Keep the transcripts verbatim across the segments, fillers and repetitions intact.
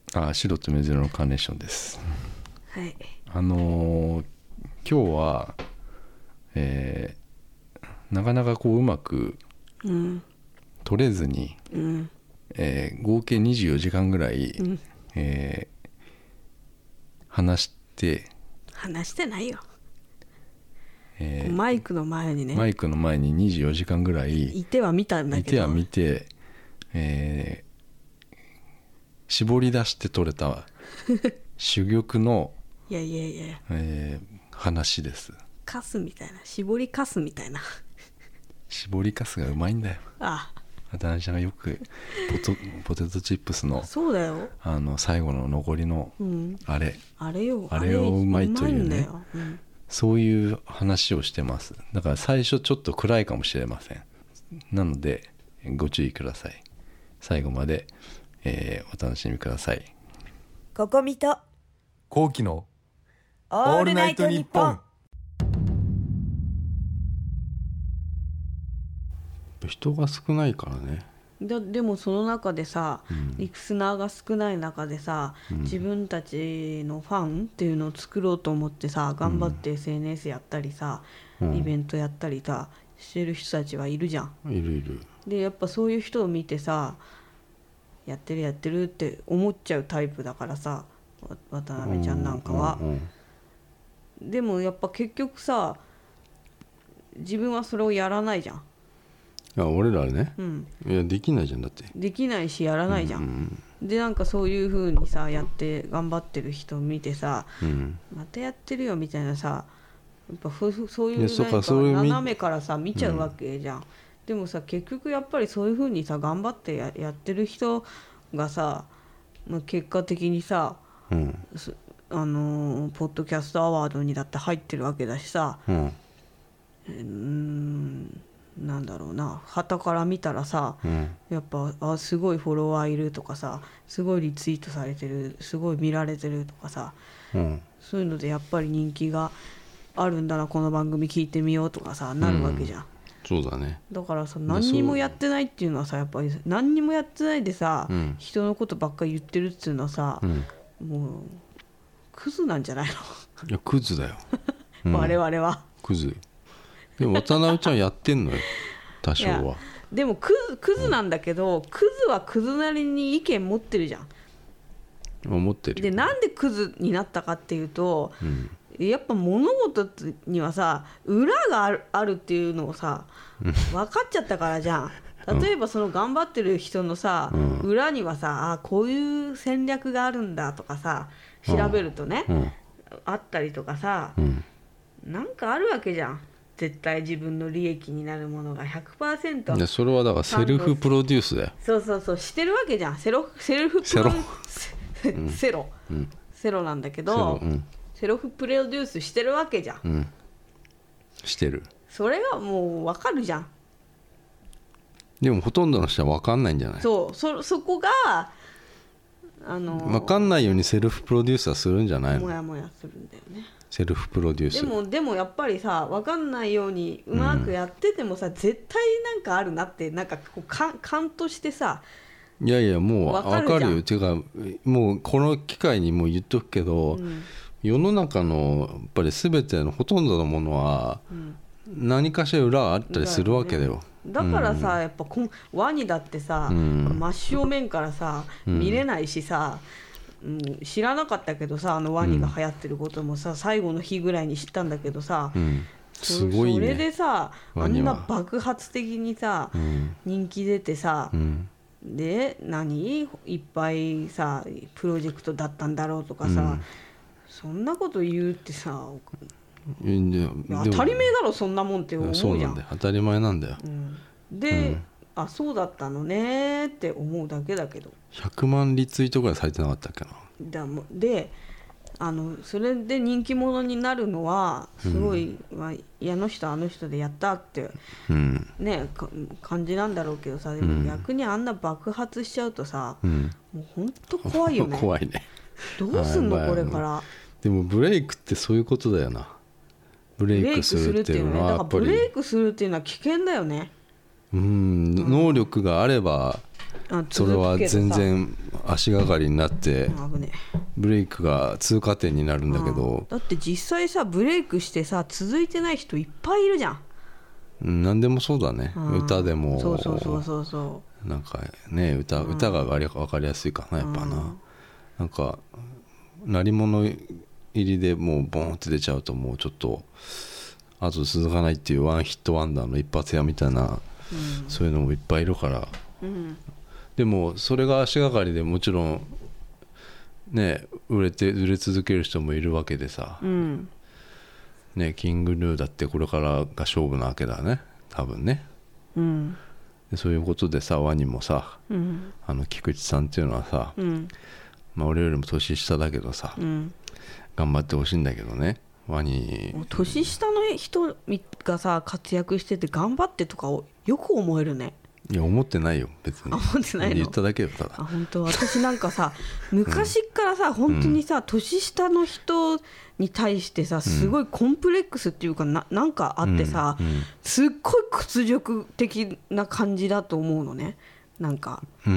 あ、白と水色のカーネーションです。 はい。 あのー、今日は、えー、なかなかこううまく取れずに、うん、えー、合計にじゅうよじかんぐらい、うん、えー、話して話してないよ、えー、マイクの前にねマイクの前ににじゅうよじかんぐらいいては見たんだけど、 いては見て、えー、絞り出して取れた珠玉のいやいやいや、 えー、話です。 カスみたいな、絞りカスみたいな絞りカスがうまいんだよ。 ああ、 渡辺ちゃんがよくポト、ポテトチップスのそうだよ、 あの最後の残りの、うん、あれあれよ、 あれをうまいというね、 うん、 そういう話をしてます。だから最初ちょっと暗いかもしれません。なのでご注意ください。最後まで、えー、お楽しみください。 ここみと後期のオールナイトニッポン。 人が少ないからね。 だでもその中でさ、うん、リスナーが少ない中でさ、うん、自分たちのファンっていうのを作ろうと思ってさ、頑張って エスエヌエス やったりさ、うん、イベントやったりさしてる人たちはいるじゃん。 いるいる。でやっぱそういう人を見てさ、やってるやってるって思っちゃうタイプだからさ、渡辺ちゃんなんかは、うんうんうん、でもやっぱ結局さ、自分はそれをやらないじゃん。 いや俺らね、うん、いやできないじゃん。だってできないしやらないじゃん、うんうん、でなんかそういう風にさやって頑張ってる人を見てさ、うん、またやってるよみたいなさ、やっぱそういうなんか斜めからさ見ちゃうわけじゃん、うん、でもさ結局やっぱりそういう風にさ頑張って や, やってる人がさ、まあ、結果的にさ、うん、あのー、ポッドキャストアワードにだって入ってるわけだしさ、うん、うーんなんだろうな、傍から見たらさ、うん、やっぱあすごいフォロワーいるとかさ、すごいリツイートされてる、すごい見られてるとかさ、うん、そういうのでやっぱり人気があるんだな、この番組聞いてみようとかさなるわけじゃん、 うん、そうだね。 だからさ、何にもやってないっていうのはさ、やっぱり何にもやってないでさ、うん、人のことばっかり言ってるっていうのはさ、うん、もうクズなんじゃないの。 いやクズだよ、 うん、我々はクズでも渡辺ちゃんやってんのよ多少は。 でもクズ、クズなんだけど、うん、クズはクズなりに意見持ってるじゃん。 持ってる。 でなんでクズになったかっていうと、うん、やっぱ物事にはさ裏がある、あるっていうのをさ分かっちゃったからじゃん。例えばその頑張ってる人のさ、うん、裏にはさあこういう戦略があるんだとかさ調べるとね、うん、あったりとかさ、うん、なんかあるわけじゃん。絶対自分の利益になるものが ひゃくパーセント。 いやそれはだからセルフプロデュースだよ。 そうそうそうしてるわけじゃん。セロセルフプロデュースセロ、うん、セロなんだけどセロ、うん、セルフプロデュースしてるわけじゃん、うん、 してる。 それがもう分かるじゃん。 でもほとんどの人は分かんないんじゃない。 そう そ, そこがあのー、 分かんないようにセルフプロデュースはするんじゃないの。 もやもやするんだよね。 セルフプロデュース。 でもでもやっぱりさ分かんないようにうまくやっててもさ、うん、絶対なんかあるなってなんかこう勘としてさ。 いやいやもう分かるよ。ていうかもうこの機会にもう言っとくけど、うん、世の中のやっぱり全てのほとんどのものは何かしら裏があったりするわけだよ。 だからさ、うん、やっぱこワニだってさ、うん、真正面からさ、うん、見れないしさ、うん、知らなかったけどさあのワニが流行ってることもさ、うん、最後の日ぐらいに知ったんだけどさ、うん、すごいね。それでさあんな爆発的にさ、うん、人気出てさ、うん、で何いっぱいさプロジェクトだったんだろうとかさ、うん、そんなこと言うってさ当たり前だろそんなもんって思うじゃん。 そうなんだよ、当たり前なんだよ、 うん、で、うん、あそうだったのねって思うだけだけどひゃくまんリツイートぐらいされてなかったっけな。 だもであのそれで人気者になるのはすごい、うんまあ、あの人あの人でやったって、うんね、感じなんだろうけどさ、でも逆にあんな爆発しちゃうとさ、うん、もうほんと怖いよね。 怖いね。 どうすんのこれから。 でもブレイクってそういうことだよな。ブレイクするっていうのはやっぱりブレイクするっていうのは危険だよね。 うん、能力があればそれは全然足がかりになってブレイクが通過点になるんだけど、 だって実際さブレイクしてさ続いてない人いっぱいいるじゃん。 何でもそうだね、歌でもそうそうそうそうそうなんかね 歌, 歌が分かりやすいかなやっぱな。なんか鳴り物入りでもうボーンって出ちゃうともうちょっとあと続かないっていうワンヒットワンダーの一発屋みたいな、うん、そういうのもいっぱいいるから、うん、でもそれが足がかりでもちろんね売れて売れ続ける人もいるわけでさ、うんね、キングヌーだってこれからが勝負なわけだね多分ね、うん、でそういうことでさワニもさ、うん、あの菊池さんっていうのはさ、うんまあ、俺よりも年下だけどさ、うん、頑張ってほしいんだけどね。ワニ年下の人がさ活躍してて頑張ってとかをよく思えるね。 いや思ってないよ別に。 思ってないの。 言っただけよただ。 あ本当私なんかさ昔からさ、うん、本当にさ年下の人に対してさすごいコンプレックスっていうか な, なんかあってさ、うんうん、すっごい屈辱的な感じだと思うのね。なんか、うん、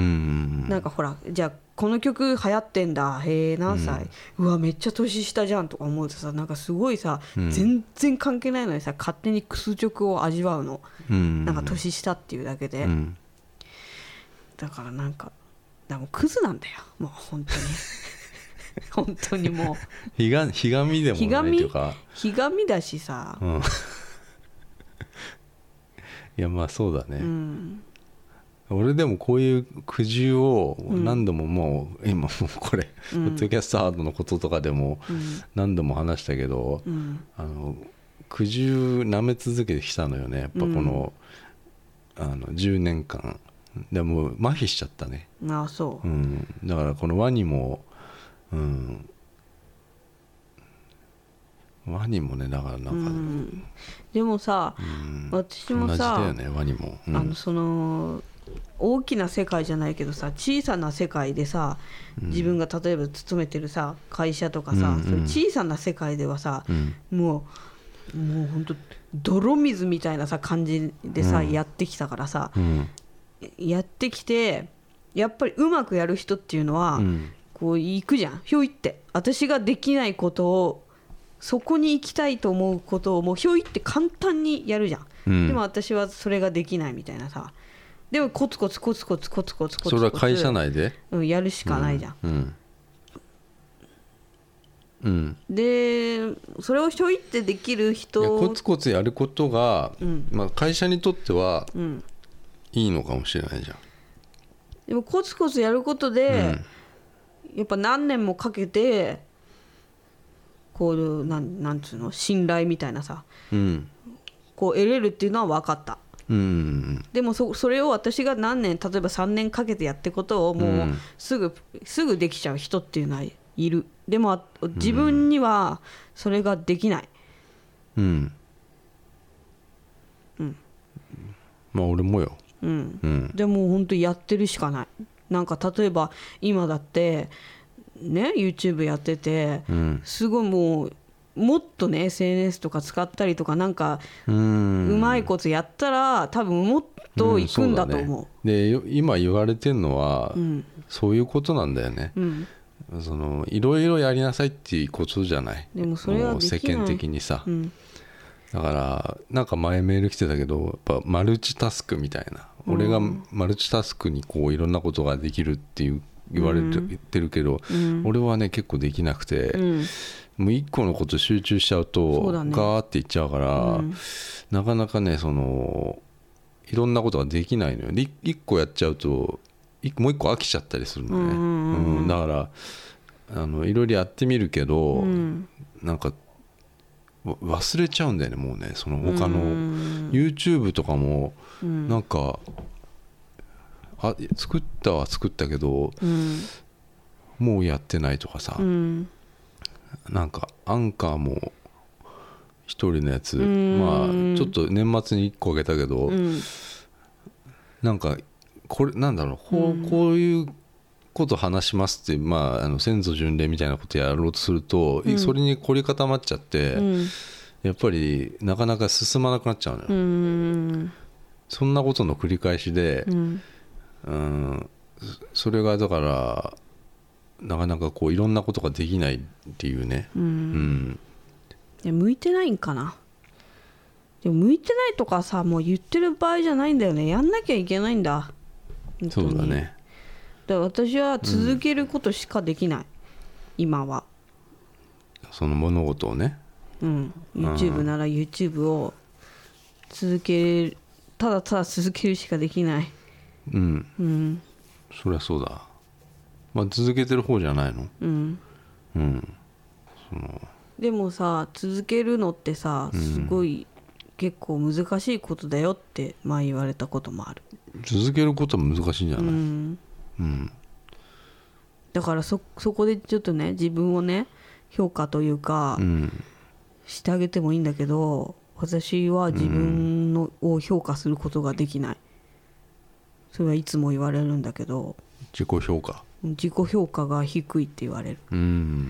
なんかほらじゃあこの曲流行ってんだへえ何歳、うん、うわめっちゃ年下じゃんとか思うとさなんかすごいさ、うん、全然関係ないのにさ勝手に屈辱を味わうの、うん、なんか年下っていうだけで、うん、だからなんかだからもうクズなんだよもう本当に本当にもうひがひがみでもないというかひがみだしさ、うん、いやまあそうだね、うん俺でもこういう苦渋を何度ももう、うん、今もうこれ、うん、ポッドキャストハードのこととかでも何度も話したけど、うん、あの苦渋舐め続けてきたのよねやっぱこの、うん、あのじゅうねんかんでもう麻痺しちゃったね。 ああそう、 うん、だからこのワニも、うん、ワニもねだからなんか、うん、 でもさ、うん、私もさ同じだよねワニも、 うん、あのその大きな世界じゃないけどさ小さな世界でさ自分が例えば勤めてるさ会社とかさ、うん、その小さな世界ではさ、うん、もうもうほんと泥水みたいなさ感じでさ、うん、やってきたからさ、うん、やってきてやっぱりうまくやる人っていうのは、うん、こう行くじゃんひょいって私ができないことをそこに行きたいと思うことをもうひょいって簡単にやるじゃん、うん、でも私はそれができないみたいなさでもコツコツコツコツコツコツコツコツそれは会社内で、 うん、やるしかないじゃん、うんうん、でそれをひょいってできる人コツコツやることが、うんまあ、会社にとってはいいのかもしれないじゃん。 でもコツコツやることで、うん、やっぱ何年もかけてこうなんなんつうの信頼みたいなさ、うん、こう得れるっていうのは分かった。うん、でも そ, それを私が何年例えばさんねんかけてやってことをもうすぐ、うん、すぐできちゃう人っていうのはいる。でも自分にはそれができない。うん、 うん、まあ俺もよ、 うんうん、でも本当にやってるしかない。なんか例えば今だってね YouTube やってて、うん、すごいもうもっとね エスエヌエス とか使ったりとかなんかうまいことやったら多分もっといくんだと思う、うん、 で今言われてるのは、うん、そういうことなんだよね、うん、そのいろいろやりなさいっていうことじゃない。 でもそれはできない世間的にさ、うん、だからなんか前メール来てたけどやっぱマルチタスクみたいな、うん、俺がマルチタスクにこういろんなことができるっていう言われて、うん、言ってるけど、うん、俺はね結構できなくて、うんもう一個のこと集中しちゃうとガーっていっちゃうから、うん、なかなかねそのいろんなことができないのよ。で一個やっちゃうともう一個飽きちゃったりするのね、うんうんうん、だからあのいろいろやってみるけど、うん、なんか忘れちゃうんだよねもうねその他の、うん、YouTube とかもなんか、うん、あ作ったは作ったけど、うん、もうやってないとかさ、うんなんかアンカーも一人のやつまあちょっと年末にいっこあげたけど、うん、なんかこれなんだろうこう、こういうこと話しますって、まあ、あの先祖巡礼みたいなことやろうとすると、うん、それに凝り固まっちゃって、うん、やっぱりなかなか進まなくなっちゃうのよ、うん、そんなことの繰り返しで、うんうんそれがだからなかなかこういろんなことができないっていうね、うん、うん、 で向いてないんかな。でも向いてないとかさもう言ってる場合じゃないんだよね。やんなきゃいけないんだ。 そうだね。 だから私は続けることしかできない、うん、今はその物事をね、 うん、YouTube なら YouTube を続ける、ただただ続けるしかできない。 うん、うん、そりゃそうだ。まあ続けてる方じゃないの。うん、うん、そのでもさ続けるのってさすごい、うん結構難しいことだよって前言われたこともある。 続けることは難しいんじゃない、うんうん、 だから そ, そこでちょっとね自分をね評価というか、うん、してあげてもいいんだけど私は自分の、うん、を評価することができない。それはいつも言われるんだけど自己評価自己評価が低いって言われる、うん、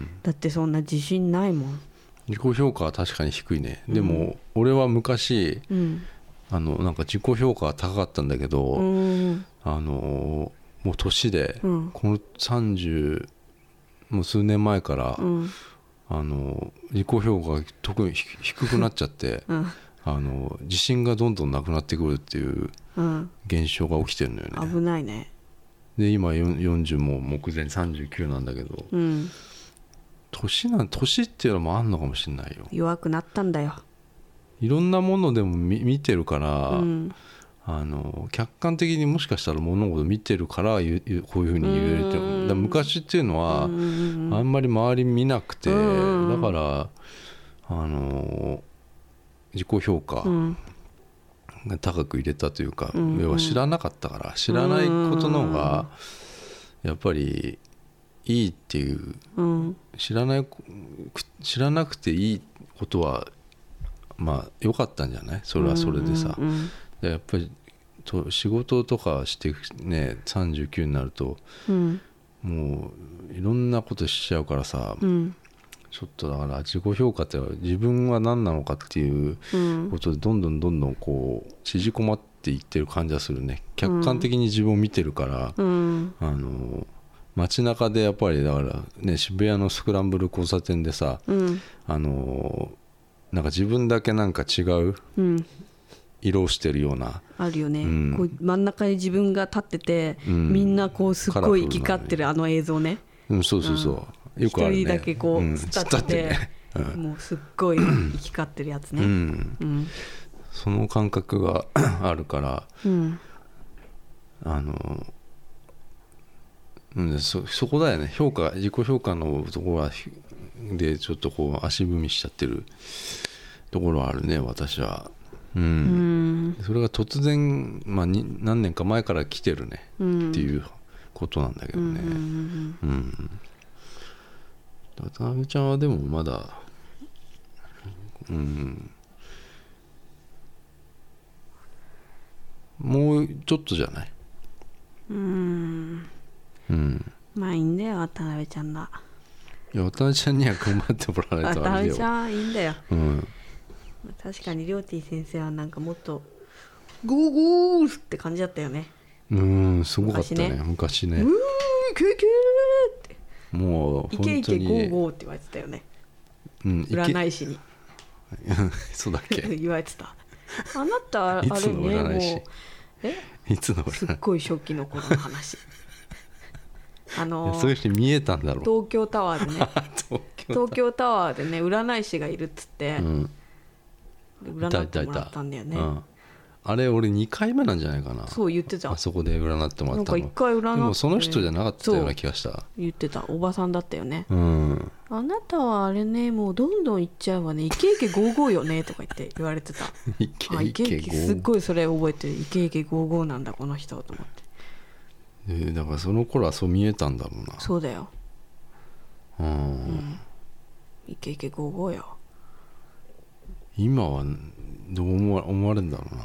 だってそんな自信ないもん。 自己評価は確かに低いね。でも、うん、俺は昔、うん、あのなんか自己評価が高かったんだけど、うん、あのもう年で、うん、このさんじゅうもう数年前から、うん、あの自己評価が特に低くなっちゃって、うん、あの自信がどんどんなくなってくるっていう現象が起きてるのよね、 うん、危ないね。 で今よんじゅうも目前さんじゅうきゅうなんだけど、うん年なん年っていうのもあんのかもしれないよ。 弱くなったんだよ。 いろんなものでも 見, 見てるから、うん、あの客観的にもしかしたら物事見てるからこういうふうに言えると。うんだ昔っていうのは、うん、あんまり周り見なくて、うん、だからあの自己評価が高く入れたというか、うん、要は知らなかったから知らないことの方がやっぱりいいっていう、うん、知らない知らなくていいことはまあ良かったんじゃない。それはそれでさ、うんうんうん、でやっぱりと仕事とかしてねさんじゅうきゅうになると、うん、もういろんなことしちゃうからさ、うん、ちょっとだから自己評価って自分は何なのかっていうことでどんどんどんどんこう縮こまっていってる感じがするね。客観的に自分を見てるから、うん、あの街中でやっぱりだからね渋谷のスクランブル交差点でさ、うん、あのなんか自分だけなんか違う色をしてるような、 あるよね、うん、こう真ん中に自分が立ってて、うん、みんなこうすっごい行き交ってるあの映像ね、 うん、そうそうそう、うん、よくあるね。一人だけこう突っ立ってて、ねうん、もうすっごい行き交ってるやつね、うんうん、 その感覚があるから、うん、あのうん、そ, そこだよね。評価自己評価のところはでちょっとこう足踏みしちゃってるところはあるね私は、うん、うんそれが突然、まあ、に何年か前から来てるね、うん、っていうことなんだけどね。うん、うん、渡辺ちゃんはでもまだうんもうちょっとじゃない。 うんうん、まあいいんだよ渡辺ちゃんが。 いや渡辺ちゃんには頑張ってもらわないとあれだよ。渡辺ちゃんいいんだよ、うん、確かにりょうてぃ先生はなんかもっとゴーゴーって感じだったよね。 うんすごかったね昔ね。うーいけいけーってもう本当にいけいけゴーゴーって言われてたよね、うん、占い師にそうだっけ言われてた。あなたあれねいつの占い師もうえいつのすっごい初期の頃の話あのそういうふうに見えたんだろう。 東京タワーでね東, 京東京タワーでね占い師がいるっつって、うん、占ってもらったんだよね。うんあれ俺にかいめなんじゃないかな。 そう言ってた。 あそこで占ってもらったの。 なんかいっかい占ってでもその人じゃなかったような気がした。 言ってたおばさんだったよね、うん、あなたはあれねもうどんどん行っちゃうわねイケイケゴーゴーよねとか言って言われてたイケイケゴーゴーすっごいそれ覚えてる。イケイケゴーゴーなんだこの人と思って、 えー、だからその頃はそう見えたんだろうな。 そうだよ、うん、うん、イケイケゴーゴーよ。 今はどう思わ、思われるんだろうな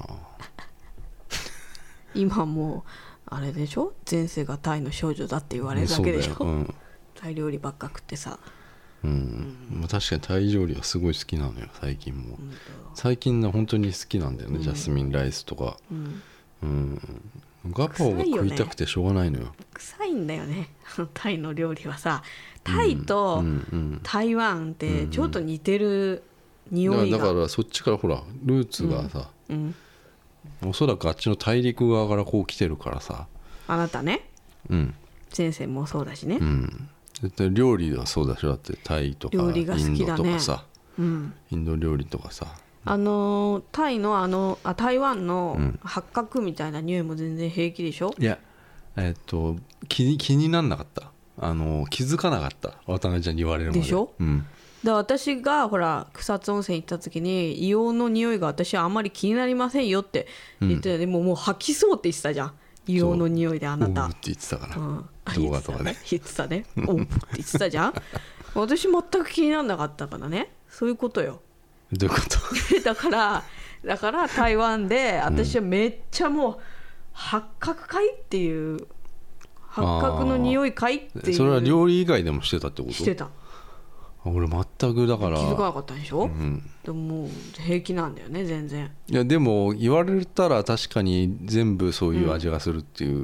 今もうあれでしょ前世がタイの少女だって言われるだけでしょ、うん、タイ料理ばっか食ってさ、 うんうん、確かにタイ料理はすごい好きなのよ最近も。最近の本当に好きなんだよね、うん、ジャスミンライスとか、うんうん、 ガパオが食いたくてしょうがないのよ。 臭いんだよねタイの料理はさ。タイと台湾ってちょっと似てる匂いが、 だからそっちからほらルーツがさ、 うんうん、 おそらくあっちの大陸側からこう来てるからさ。 あなたね、 うん、 先生もそうだしね、 うん、絶対料理はそうだし、だってタイとか料理が好きだね、 インドとかさ、 うん、 インド料理とかさ、 あのー、タイのあのあ台湾の八角みたいな匂いも全然平気でしょ。 いや、えっと気に気になんなかった、あの気づかなかった、渡辺ちゃんに言われるまで。 でしょ、 うん、 だ私がほら草津温泉行った時に硫黄の匂いが私はあんまり気になりませんよって言ってた、うん、でももう吐きそうって言ってたじゃん、硫黄の匂いであなた。 おうって言ってたから、うん、 動画とかで言ってたねおうって言ってたじゃん私全く気にならなかったからね。そういうことよ。 どういうことだからだから台湾で私はめっちゃもう八角かいっていう、八角の匂いかいっていう。 それは料理以外でもしてたってこと？ してた。 俺全くだから気づかなかったでしょ、うん、でももう平気なんだよね全然。 いやでも言われたら確かに全部そういう味がするっていう、うん、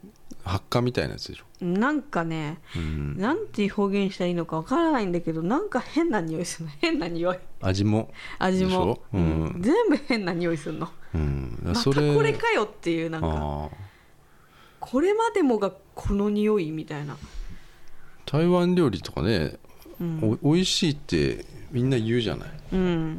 発火みたいなやつでしょ。 なんかね、うん、なんて表現したらいいのかわからないんだけど、なんか変な匂いするの。変な匂い。 味も味も、うん、全部変な匂いするの、うん、またこれかよっていう、なんかこれまでもがこの匂いみたいな。 台湾料理とかね、うん、お, おいしいってみんな言うじゃない、 うん、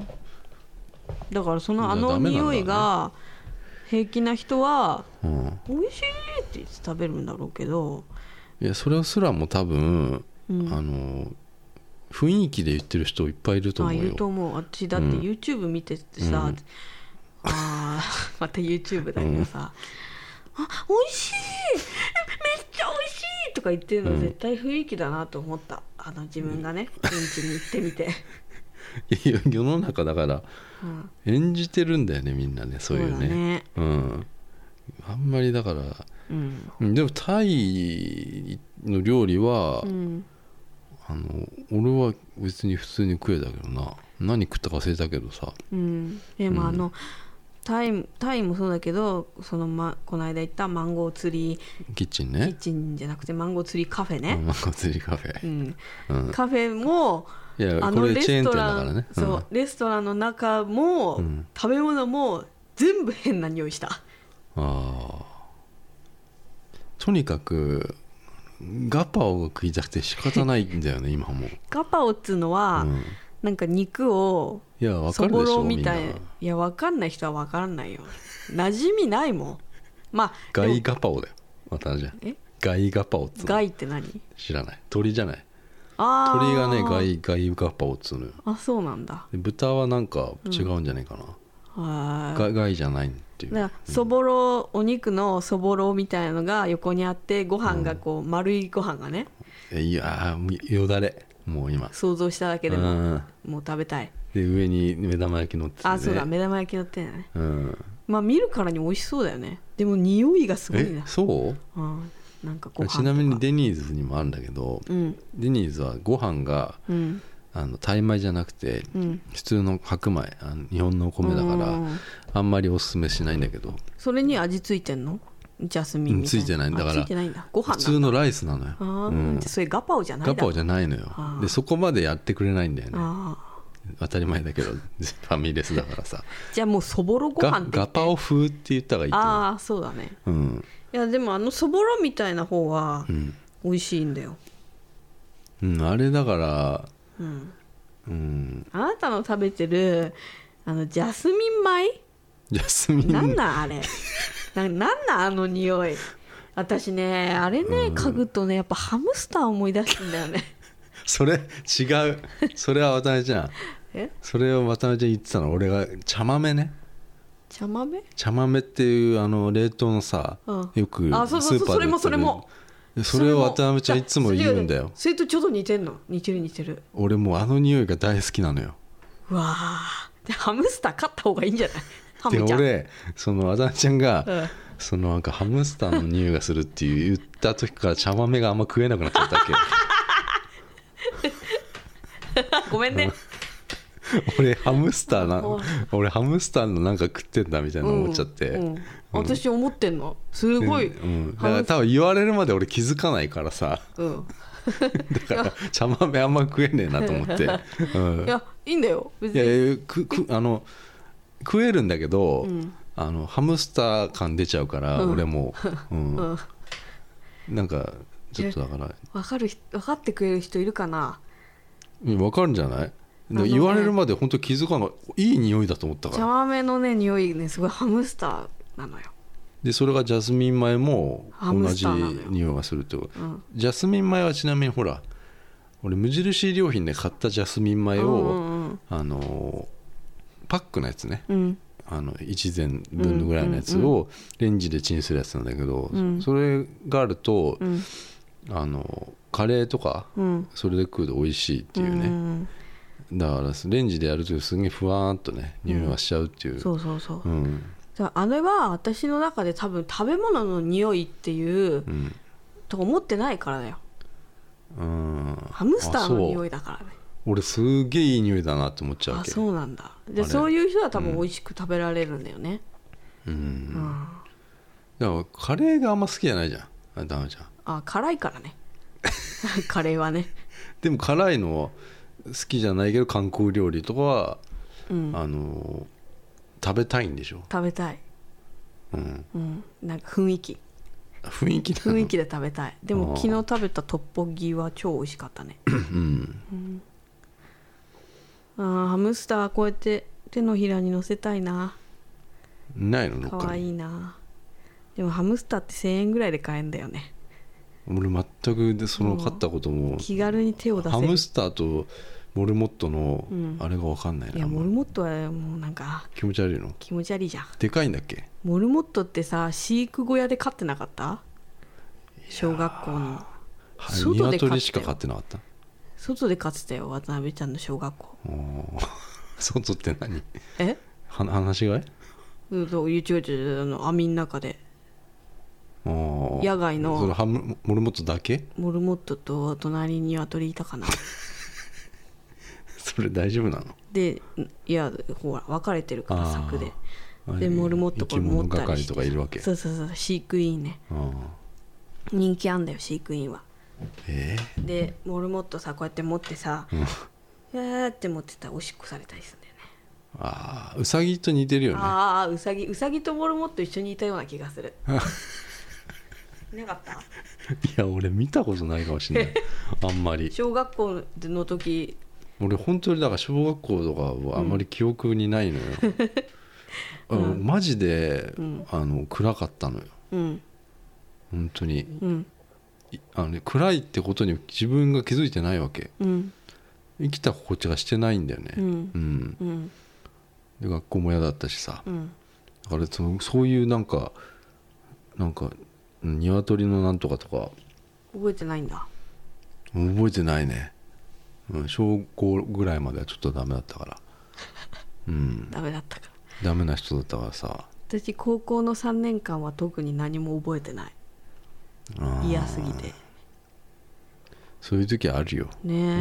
だからそのあの匂いが平気な人は、うん、おいしいって言って食べるんだろうけど、 いやそれすらも多分、うん、あの雰囲気で言ってる人いっぱいいると思うよ。 あ、いると思う。私だって YouTube 見ててさ、うん、あまた YouTube だけどさ、うん、あおいしいめっちゃおいしいとか言ってるの絶対雰囲気だなと思った、あの自分がね現地に行ってみていや世の中だから演じてるんだよねみんなね、そういうね。そうだね、うん、あんまりだから、うん、でもタイの料理は、うん、あの俺は別に普通に食えたけどな。何食ったか忘れたけどさ、 うん、でもあの、うん、タイ、タイもそうだけど、その、ま、この間行ったマンゴー釣りキッチンね、 キッチンじゃなくてマンゴー釣りカフェね、 マンゴー釣りカフェ、 うんうん、カフェもいやあのレストラン、ね、うん、そうレストランの中も、うん、食べ物も全部変な匂いした。 あ、とにかくガパオが食いたくて仕方ないんだよね今も。 ガパオっつうのは、うん、なんか肉をいや分かるでしょ、そぼろみたいな。 いや分かんない人は分かんないよ、馴染みないもん。まあガイガパオだよ私じゃ。えガイガパオっつうの。 ガイって何？ 知らない。鳥じゃない。 あ鳥がねガイガイガパオっつうのよ。 あ、そうなんだ。 で豚はなんか違うんじゃないかな、うん、ガ, ガイじゃないっていう。 だからそぼろ、お肉のそぼろみたいなのが横にあって、ご飯がこう、うん、丸いご飯がね、 いやーよだれ、もう今想像しただけでも、うん、もう食べたい。 で上に目玉焼き乗ってて、ね、 あ、そうだ、目玉焼き乗ってんだね、うん、まあ見るからに美味しそうだよね。でも匂いがすごいな。 え、そう、うん、 なんかご飯とか。 ちなみにデニーズにもあるんだけど、うん、デニーズはご飯が、うん、あのタイ米じゃなくて、うん、普通の白米、あの日本のお米だから、うん、あんまりおすすめしないんだけど。それに味ついてんの？ジャスミンみたいな。ついてないんだから、ご飯普通のライスなのよ。あ、うん、それガパオじゃないんだ。ガパオじゃないのよ。でそこまでやってくれないんだよね。あ、当たり前だけどファミレスだからさ。じゃあもうそぼろご飯って ガ, ガパオ風って言った方がいいと思う。ああ、そうだね、うん、いやでもあのそぼろみたいな方は美味しいんだよ、うんうん、あれだから、うんうん、あなたの食べてるあのジャスミン米、ジャスミンなんなんあれな, なんなんあの匂い。私ねあれね、うん、嗅ぐとねやっぱハムスター思い出すんだよねそれ違う、それは渡辺ちゃんえそれを渡辺ちゃん言ってたの。俺が茶豆ね。茶豆茶豆っていうあの冷凍のさ、うん、よくスーパーで売ってる。あ、そうそうそう、それもそれもそれを渡辺ちゃんいつも言うんだよ。それとちょっと似てんの。似てる似てる。俺もうあの匂いが大好きなのよ。うわー、でハムスター飼った方がいいんじゃない？ハムちゃん。で俺その渡辺ちゃんが、うん、そのなんかハムスターの匂いがするっていう言った時から茶豆があんま食えなくなっちゃったっけごめんね俺ハムスターな俺ハムスターのなんか食ってんだみたいな思っちゃって、 うんうん、私思ってんのすごい、 うんうん、だから多分言われるまで俺気づかないからさ、うん、だから茶豆あんま食えねえなと思って、 うん、いやいいんだよ別に。いやくくあの食えるんだけど、うん、あのハムスター感出ちゃうから、うん、俺も、うんうん、なんかちょっとだから分かる分かってくれる人いるかな。 分かるんじゃない。ね、言われるまで本当気づかない。いい匂いだと思ったから。 茶豆のね匂いねすごいハムスターなのよ。 でそれがジャスミン米も同じ匂いがするってこと、うん、ジャスミン米はちなみにほら俺無印良品で買ったジャスミン米を、うんうんうん、あのパックのやつね、うん、あのいちぜんぶんぐらいのやつをレンジでチンするやつなんだけど、うん、それがあると、うん、あのカレーとか、うん、それで食うと美味しいっていうね、うんうん、だからレンジでやるとすげえふわーんとね匂いがしちゃうっていう、うん、 そうそうそう、うん、あれは私の中で多分食べ物の匂いっていう、うん、と思ってないからだよ。うん、ハムスターの匂いだからね。 俺すげえいい匂いだなって思っちゃうわけ。 あそうなんだ。でそういう人は多分美味しく食べられるんだよね。うん、うん、 だからカレーがあんま好きじゃないじゃん。あダメじゃん。 あ辛いからねカレーはね。 でも辛いの好きじゃないけど韓国料理とかは、うん、あの食べたいんでしょ。 食べたい、うんうん、なんか雰囲気雰囲気雰囲気で食べたい。でも昨日食べたトッポギは超美味しかったね、うんうん、あハムスターこうやって手のひらに乗せたいな。 ないのかわいいな。でもハムスターってせんえんぐらいで買えんだよね。 俺全くでその買ったことも気軽に手を出せる。 ハムスターとモルモットのあれが分かんないな、 うん、いやモルモットはもうなんか気持ち悪いの。 気持ち悪いじゃん。 でかいんだっけ。 モルモットってさ飼育小屋で飼ってなかった？小学校の外で飼ってたよ。鶏しか飼ってなかった。 外で飼ってたよ渡辺ちゃんの小学校。 外って何？ え？ は話し飼い？ うん、YouTube の網の中で野外の。 それハムモルモットだけ？ モルモットと隣に鶏いたかなそれ大丈夫なの？ でいやほら分かれてるから柵で。でモルモットこれ持ったりして。 生き物係とかいるわけ。 そうそうそう飼育員ね。人気あんだよ飼育員は。えー、でモルモットさこうやって持ってさ、うん、やーって持ってたらおしっこされたりするんだよね。 ああウサギと似てるよね。 ああウサギウサギとモルモット一緒にいたような気がするいなかった？いや俺見たことないかもしれないあんまり。 小学校の時俺本当にだから小学校とかはあんまり記憶にないのよ、うん、あのマジで、うん、あの暗かったのよ、うん、本当に、うん、あのね、暗いってことに自分が気づいてないわけ、うん、生きた心地がしてないんだよね、うんうんうん、で学校も嫌だったしさ、うん、だからそのそういうなんかなんか鶏のなんとかとか覚えてないんだ。 覚えてないね、うん、小ごぐらいまではちょっとダメだったから、うん、 ダメだったからダメな人だったからさ。 私高校のさんねんかんは特に何も覚えてない。嫌すぎて。 そういう時あるよね、うん、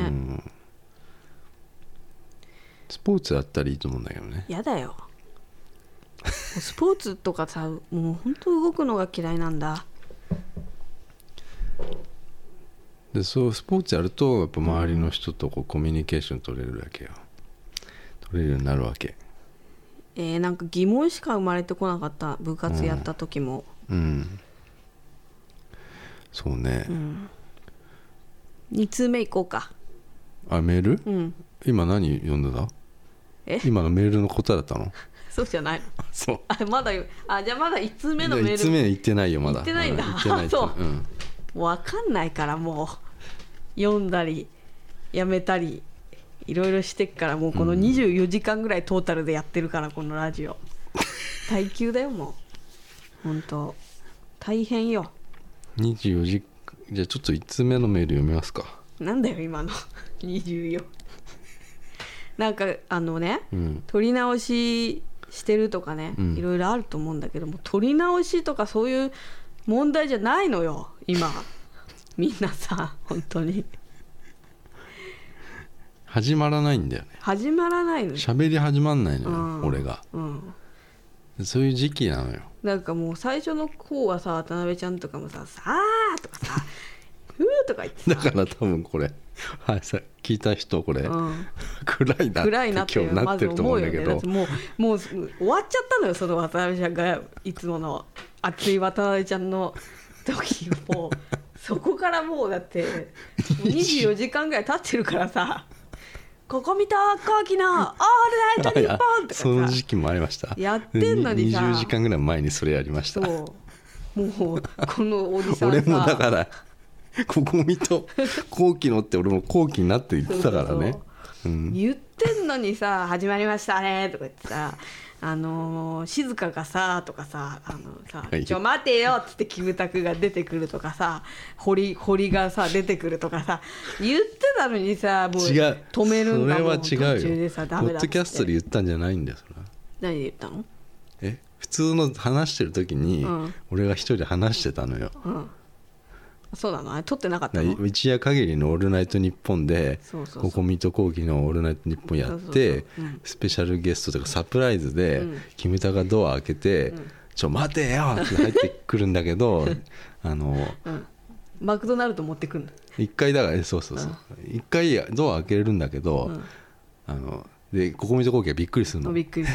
スポーツだったらいいと思うんだけどね。 やだよスポーツとかさもう本当動くのが嫌いなんだ。 でそうスポーツやるとやっぱ周りの人とこうコミュニケーション取れるわけよ。取れるようになるわけ。 えー、なんか疑問しか生まれてこなかった部活やった時も、うん、うん、 そうね、うん、 に通目いこうか。 あメール、うん、今何読んでた？え今のメールの答えだったの？ そうじゃないそうあまだあじゃあまだいち通目のメールいち通目行ってないよまだ。 行ってないんだ、うん、 行ってないそう、うん、分かんないからもう読んだりやめたりいろいろしてっからもうこのにじゅうよじかんぐらいトータルでやってるからこのラジオ耐久だよもう本当大変よ。 にじゅうよじじゃあちょっといち通目のメール読みますか。 なんだよ今のにじゅうよなんかあのね、うん、撮り直ししてるとかね、うん、いろいろあると思うんだけども撮り直しとかそういう問題じゃないのよ今みんなさ本当に始まらないんだよね。 始まらないの。 喋り始まんないのよ、うん、俺が、 うん、 そういう時期なのよ。 なんかもう最初の方はさ、渡辺ちゃんとかもさ、さーとかさふーとか言ってさ、 だから多分これ、はい、さ聞いた人これ、うん、暗いなって今日なってると思うんだけど、 まず思うよね。もう、もう終わっちゃったのよ、その渡辺ちゃんがいつもの熱い渡辺ちゃんの時もそこからもうだってにじゅうよじかんぐらい経ってるからさここ見た大きなオールナイトニッポンとかさ、 その時期もありました。 やってんのにさにじゅうじかんぐらい前にそれやりました。 そうもうこのおじさんさ俺もだからここ見と後期のって俺も後期になって言ってたからね。そうそうそう、うん、 言ってんのにさ始まりましたねとか言ってさ、あのー、静香がさとかさ、あのさ、はい、ちょ待てよっつってキムタクが出てくるとかさ、堀堀がさ出てくるとかさ言ってたのにさ、もう止めるんだもん。 それは違うよ。 途中でさダメだっつって。 ポッドキャストで言ったんじゃないんだよそれは。 何で言ったの？ え普通の話してる時に、うん、俺が一人で話してたのよ、うん、 そうなの？あれ撮ってなかったの？ 一夜限りのオールナイトニッポンでここミと後期のオールナイトニッポンやってスペシャルゲストとかサプライズで、うん、キムタがドア開けて、うん、ちょ待てよって入ってくるんだけどあの、 うん、マクドナルド持ってくるんだ一回だから、そうそうそう、うん、一回ドア開けれるんだけど、うん、あのでここミと後期がびっくりするの。 びっくり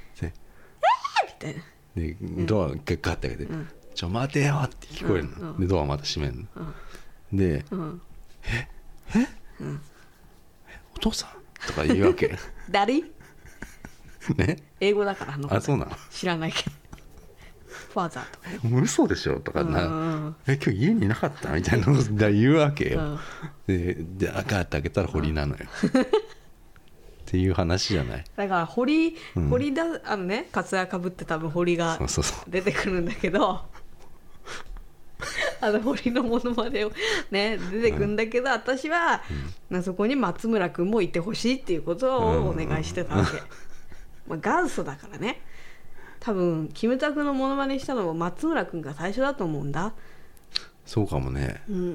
でドア結構あったけど、うん、ちょ待てよって聞こえるの、うん、でドアまた閉めるの、うん、で、うん、ええ、うん、えお父さんとか言うわけダリね、 英語だから。あのあそうなの知らないけどファーザーとかもう嘘でしょとかな、うん、え今日家にいなかったみたいなこと言うわけよ、うん、ででガーッて開けたら堀なのよ、うんっていう話じゃない。 だから堀、うん、堀だあのねカツラかぶって多分堀が出てくるんだけどそうそうそうあの堀のモノマネをね出てくるんだけど、うん、私は、うん、そこに松村君もいてほしいっていうことをお願いしてたわけ、うん、まあ、元祖だからね。多分キムタクのモノマネしたのも松村君が最初だと思うんだ。 そうかもね、うん、うん、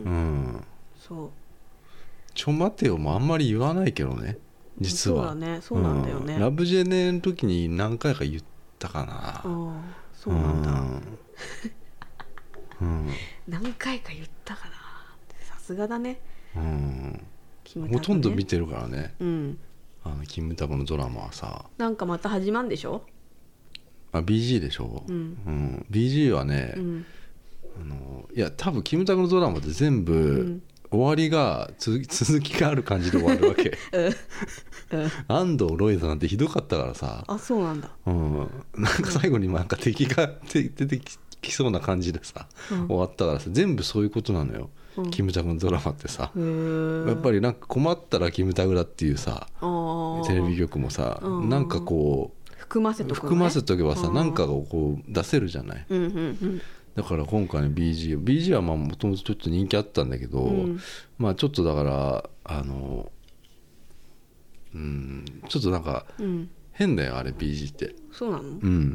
そうちょ待てよもあんまり言わないけどね実は。 そうだね、そうなんだよね、 うん、ラブジェネの時に何回か言ったかな。あそうなんだ、 うん、 何回か言ったかな。さすがだね、うん、 キムタクね、ほとんど見てるからね、うん、あのキムタクのドラマはさ。 なんかまた始まんでしょ。 あ ビージー でしょ、うんうん、ビージー はね、うん、あのいや多分キムタクのドラマって全部、うん、終わりが続きがある感じで終わるわけ、うんうん、安藤ロイドなんてひどかったからさ。 あそうなんだ、 うん、なんか最後になんか敵が出てきそうな感じでさ、うん、終わったからさ。全部そういうことなのよ、うん、キムタクのドラマってさ。やっぱりなんか困ったらキムタクだっていうさテレビ局もさ、うん、なんかこう含ませとく、ね、 含ませとけばさなんかをこう出せるじゃない、うんうんうん、だから今回の ビージー ビージー はもともとちょっと人気あったんだけど、うん、まあちょっとだからあのうんちょっとなんか変だよあれ ビージー って。 そうなの、うん、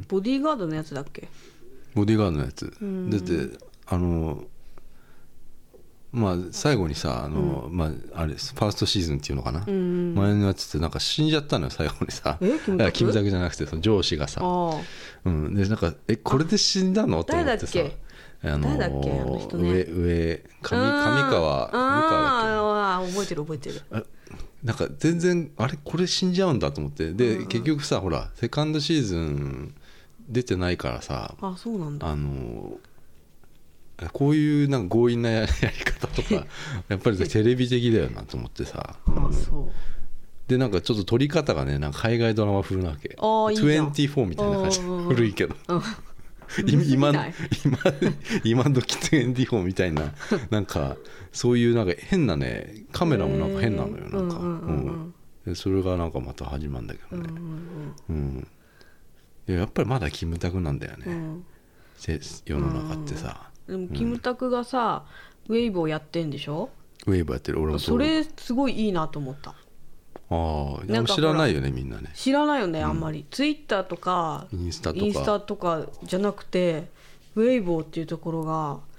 ボディーガードのやつだっけ。 ボディーガードのやつ、うん、だってあのまあ最後にさあの、うん、まああれファーストシーズンっていうのかな、うん、前のやつってなんか死んじゃったのよ最後にさ。 えキムタク？ キムタクじゃなくてその上司がさ、うん、でなんかえこれで死んだのと思ってさ。 あのー、誰だっけあの人ね。 上上上川上川だっけ。 ああ覚えてる覚えてる。 なんか全然あれこれ死んじゃうんだと思ってで、うんうん、結局さほらセカンドシーズン出てないからさ。 あそうなんだ。 あのーこういうなんか強引なやり方とかやっぱりテレビ的だよなと思ってさ。 あそうでなんかちょっと撮り方がねなんか海外ドラマ風なわけ。 あいいじゃん。 にじゅうよんみたいな感じ。古いけど今今今時にじゅうよんみたいななんかそういうなんか変なねカメラもなんか変なのよなんか、うんうんうん、でそれがなんかまた始まるんだけどね、うんうんうん、いややっぱりまだキムタクなんだよね、うん、世の中ってさ。 でもキムタクがさ、うん、ウェイブをやってんでしょ。 ウェイブやってる。俺もそれすごいいいなと思った。 ああでも知らないよねみんなね。 知らないよね、うん、あんまりツイッターとかインスタとかインスタとかじゃなくてウェイボーっていうところが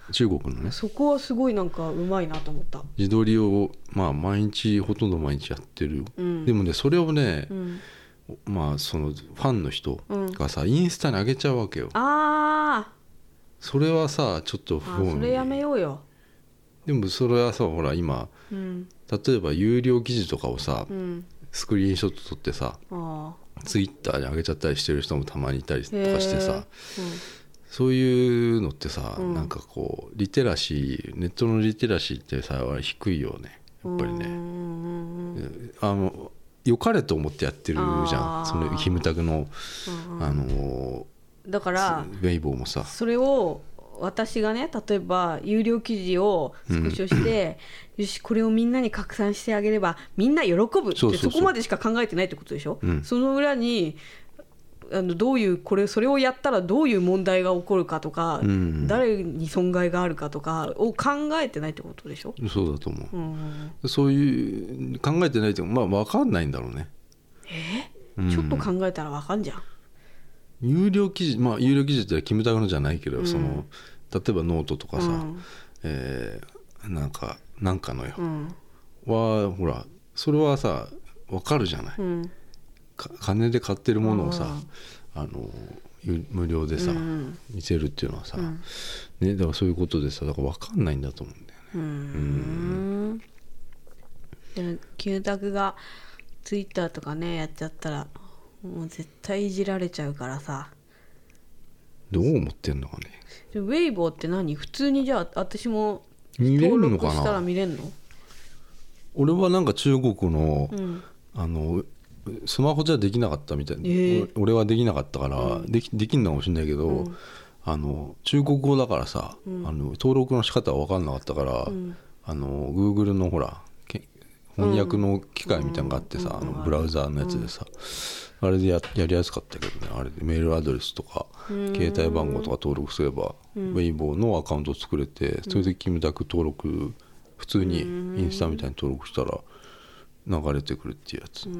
中国のね。 そこはすごいなんかうまいなと思った。 自撮りをまあ毎日ほとんど毎日やってる、うん、でもねそれをね、うん、まあそのファンの人がさ、うん、インスタに上げちゃうわけよ。 ああそれはさちょっと不本意。それやめようよ。 でもそれはさほら今、うん、例えば有料記事とかをさ、うん、スクリーンショット撮ってさツイッターに上げちゃったりしてる人もたまにいたりとかしてさ、うん、そういうのってさ、うん、なんかこうリテラシーネットのリテラシーってさ低いよねやっぱりね。あの良かれと思ってやってるじゃんそのキムタクの、あのだからウェイボーもさそれを私がね例えば有料記事をスクショして、うん、よしこれをみんなに拡散してあげればみんな喜ぶってそこまでしか考えてないってことでしょ、うん、その裏にあのどういうこれそれをやったらどういう問題が起こるかとか、うん、誰に損害があるかとかを考えてないってことでしょ。 そうだと思う、うん、そういう考えてないってまあ分かんないんだろうね。 えー、ちょっと考えたら分かんじゃん。 有料記事まあ有料記事ってキムタクのじゃないけど、うん、その例えばノートとかさ、うんえー、なんかなんかのよ、うん、はほらそれはさ分かるじゃない、うん、金で買ってるものをさ、うん、あの無料でさ、うん、見せるっていうのはさ、うんね、だからそういうことでさだから分かんないんだと思うんだよね。うーんでもキムタクがツイッターとかねやっちゃったらもう絶対いじられちゃうからさ。 どう思ってんのかね。 ウェイボーって何普通にじゃあ私も登録したら見れんの？ 俺はなんか中国の、うん、あのスマホじゃできなかったみたいな、えー、俺はできなかったから、うん、でき、できんのかもしれないけど、うん、あの中国語だからさ、うん、あの登録の仕方は分かんなかったから、うん、あの Google のほら翻訳の機械みたいなのがあってさ、うん、あのブラウザーのやつでさ、うん、あれで や, やりやすかったけどね。あれでメールアドレスとか携帯番号とか登録すれば、うん、ウェイボーのアカウントを作れて、それでキムタク登録普通にインスタみたいに登録したら流れてくるっていうやつ。うん、うん、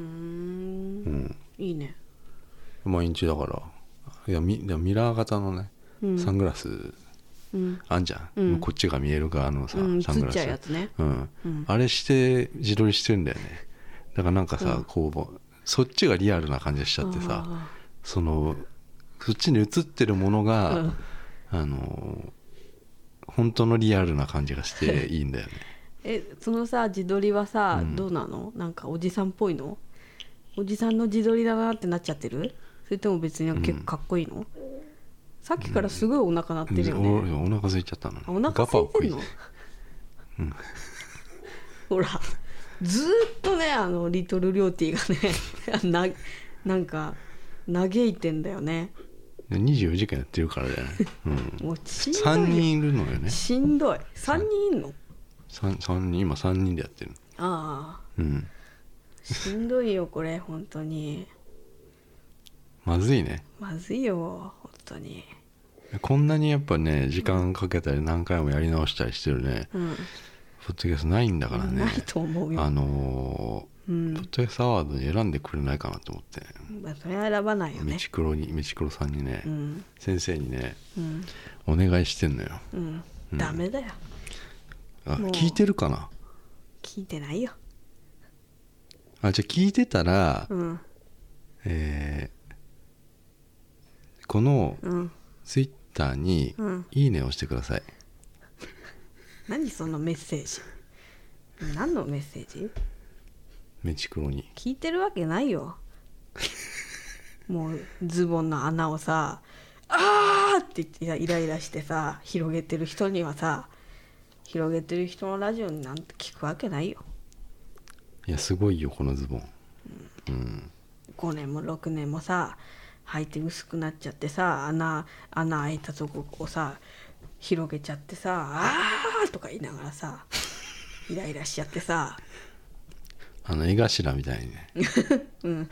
いいね。 毎日だからいや ミ, ミラー型のね、うん、サングラスうん、あんじゃん、うん、こっちが見える側のさ、うん、サングラス、 やつねうんうん、あれして自撮りしてるんだよね。だからなんかさ、うん、こうそっちがリアルな感じしちゃってさ、そのそっちに映ってるものが、うん、あの本当のリアルな感じがしていいんだよね。 えそのさ自撮りはさ、うん、どうなの？なんかおじさんっぽいの？おじさんの自撮りだなってなっちゃってる？それとも別に結構かっこいいの？うんさっきからすごいお腹鳴ってるよね、 うん、お, お腹空いちゃったの。 お腹空いてんの、うん、ほらずっとねあのリトルリョーティーがねな, なんか嘆いてんだよね。 にじゅうよじかんやってるからじゃない、うん、もうしんどいさんにんいるのよね。 しんどいさんにんいんの 3, 3人今さんにんでやってる。 ああ、うん、しんどいよこれ本当に。 まずいね。 まずいよ本当に。 こんなにやっぱね時間かけたり何回もやり直したりしてるね、うん、ポッドキャストないんだからね。 ないと思うよ。 あのーうん、ポッドキャストアワードに選んでくれないかなと思って、 まあ、それは選ばないよね。 メチクロにメチクロさんにね、うん、先生にね、うん、お願いしてんのよ、 うんうん、ダメだよ。 あ聞いてるかな。 聞いてないよ。 あじゃあ聞いてたら、うんえーこのツイッターにいいねをしてください、 うん、何そのメッセージ。何のメッセージ。 メチクロに聞いてるわけないよもうズボンの穴をさあーって言ってイライラしてさ広げてる人にはさ広げてる人のラジオになんて聞くわけないよ。 いやすごいよこのズボン、うんうん、 ごねんもろくねんもさ履いて薄くなっちゃってさ 穴, 穴開いたとこをさ広げちゃってさあーとか言いながらさイライラしちゃってさあの絵頭みたいにねうん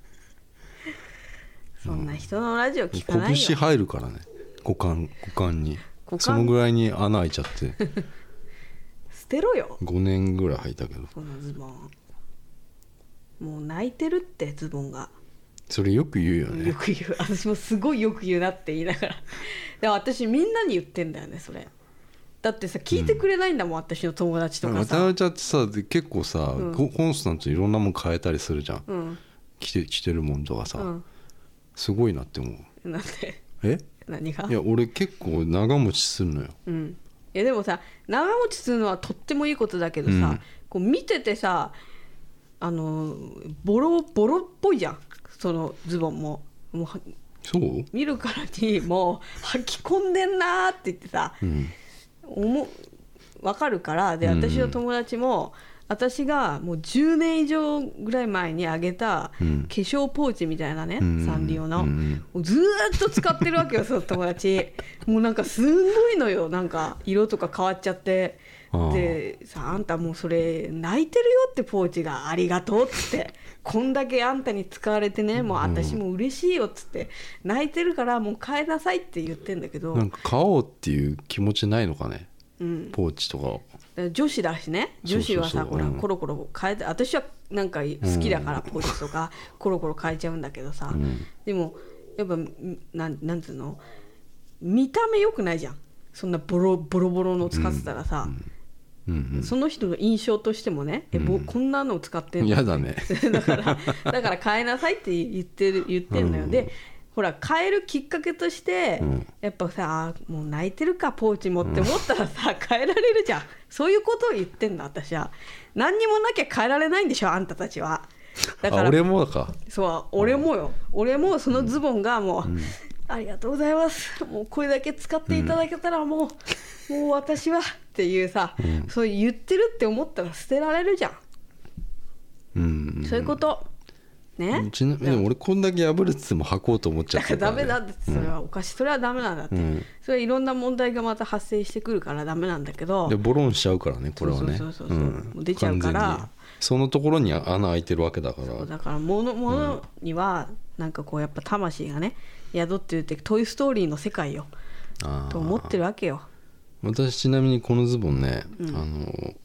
そんな人のラジオ聞かないよ。 拳入るからね股間股間に股間そのぐらいに穴開いちゃって捨てろよ。 ごねんぐらい履いたけどこのズボンもう泣いてるってズボンが。 それよく言うよね。 よく言う。私もすごいよく言うなって言いながらでも私みんなに言ってんだよねそれ。 だってさ聞いてくれないんだもん、うん、私の友達とかさ。 渡辺ちゃんってさ結構さ、うん、コンスタントにいろんなもん変えたりするじゃん、うん、着て、着てるもんとかさ、うん、すごいなって思う。 なんでえ何が？ いや俺結構長持ちするのよ、 うん、いやでもさ長持ちするのはとってもいいことだけどさ、うん、こう見ててさあのボロボロっぽいじゃんそのズボンも。もうそう見るからにもう履き込んでんなって言ってさ、うん、思分かるからで私の友達も、うん、私がもうじゅうねん以上ぐらい前にあげた化粧ポーチみたいなね、うん、サンリオの、うん、ずっと使ってるわけよその友達もうなんかすんごいのよなんか色とか変わっちゃってでさあんたもうそれ泣いてるよってポーチがありがとうっつってこんだけあんたに使われてねもう私も嬉しいよっつって泣いてるからもう買いなさいって言ってんだけどなんか買おうっていう気持ちないのかね、うん、ポーチとかを女子だしね女子はさそうそうそうほら、うん、コロコロ変えて私はなんか好きだから、うん、ポーチとかコロコロ変えちゃうんだけどさ、うん、でもやっぱなん、なんつうの見た目良くないじゃんそんなボロボロボロの使ってたらさ、うんうんうん、その人の印象としてもね、うん、えぼこんなのを使ってんの嫌だねだからだから変えなさいって言ってる言ってんのよ、うん、でほら変えるきっかけとして、うん、やっぱさあもう泣いてるかポーチもって思ったらさ、うん、変えられるじゃんそういうことを言ってんだ私は何にもなきゃ変えられないんでしょあんたたちはだから俺もかそう俺もよ俺もそのズボンがもう、うん、ありがとうございますもうこれだけ使っていただけたらもう、うん、もう私はっていうさ、うん、そう言ってるって思ったら捨てられるじゃん、うん、そういうことね、 ちなみに俺こんだけ破れてても履こうと思っちゃってるから、ね、だからダメだってそれはおかしい、うん、それはダメなんだって、うん、それはいろんな問題がまた発生してくるからダメなんだけどでボロンしちゃうからねこれはねそうそうそうそう、うん、もう出ちゃうからそのところに穴開いてるわけだからそうだから物、物にはなんかこうやっぱ魂がね宿ってるってトイストーリーの世界よと思ってるわけよ。 私ちなみにこのズボンね、うん、あの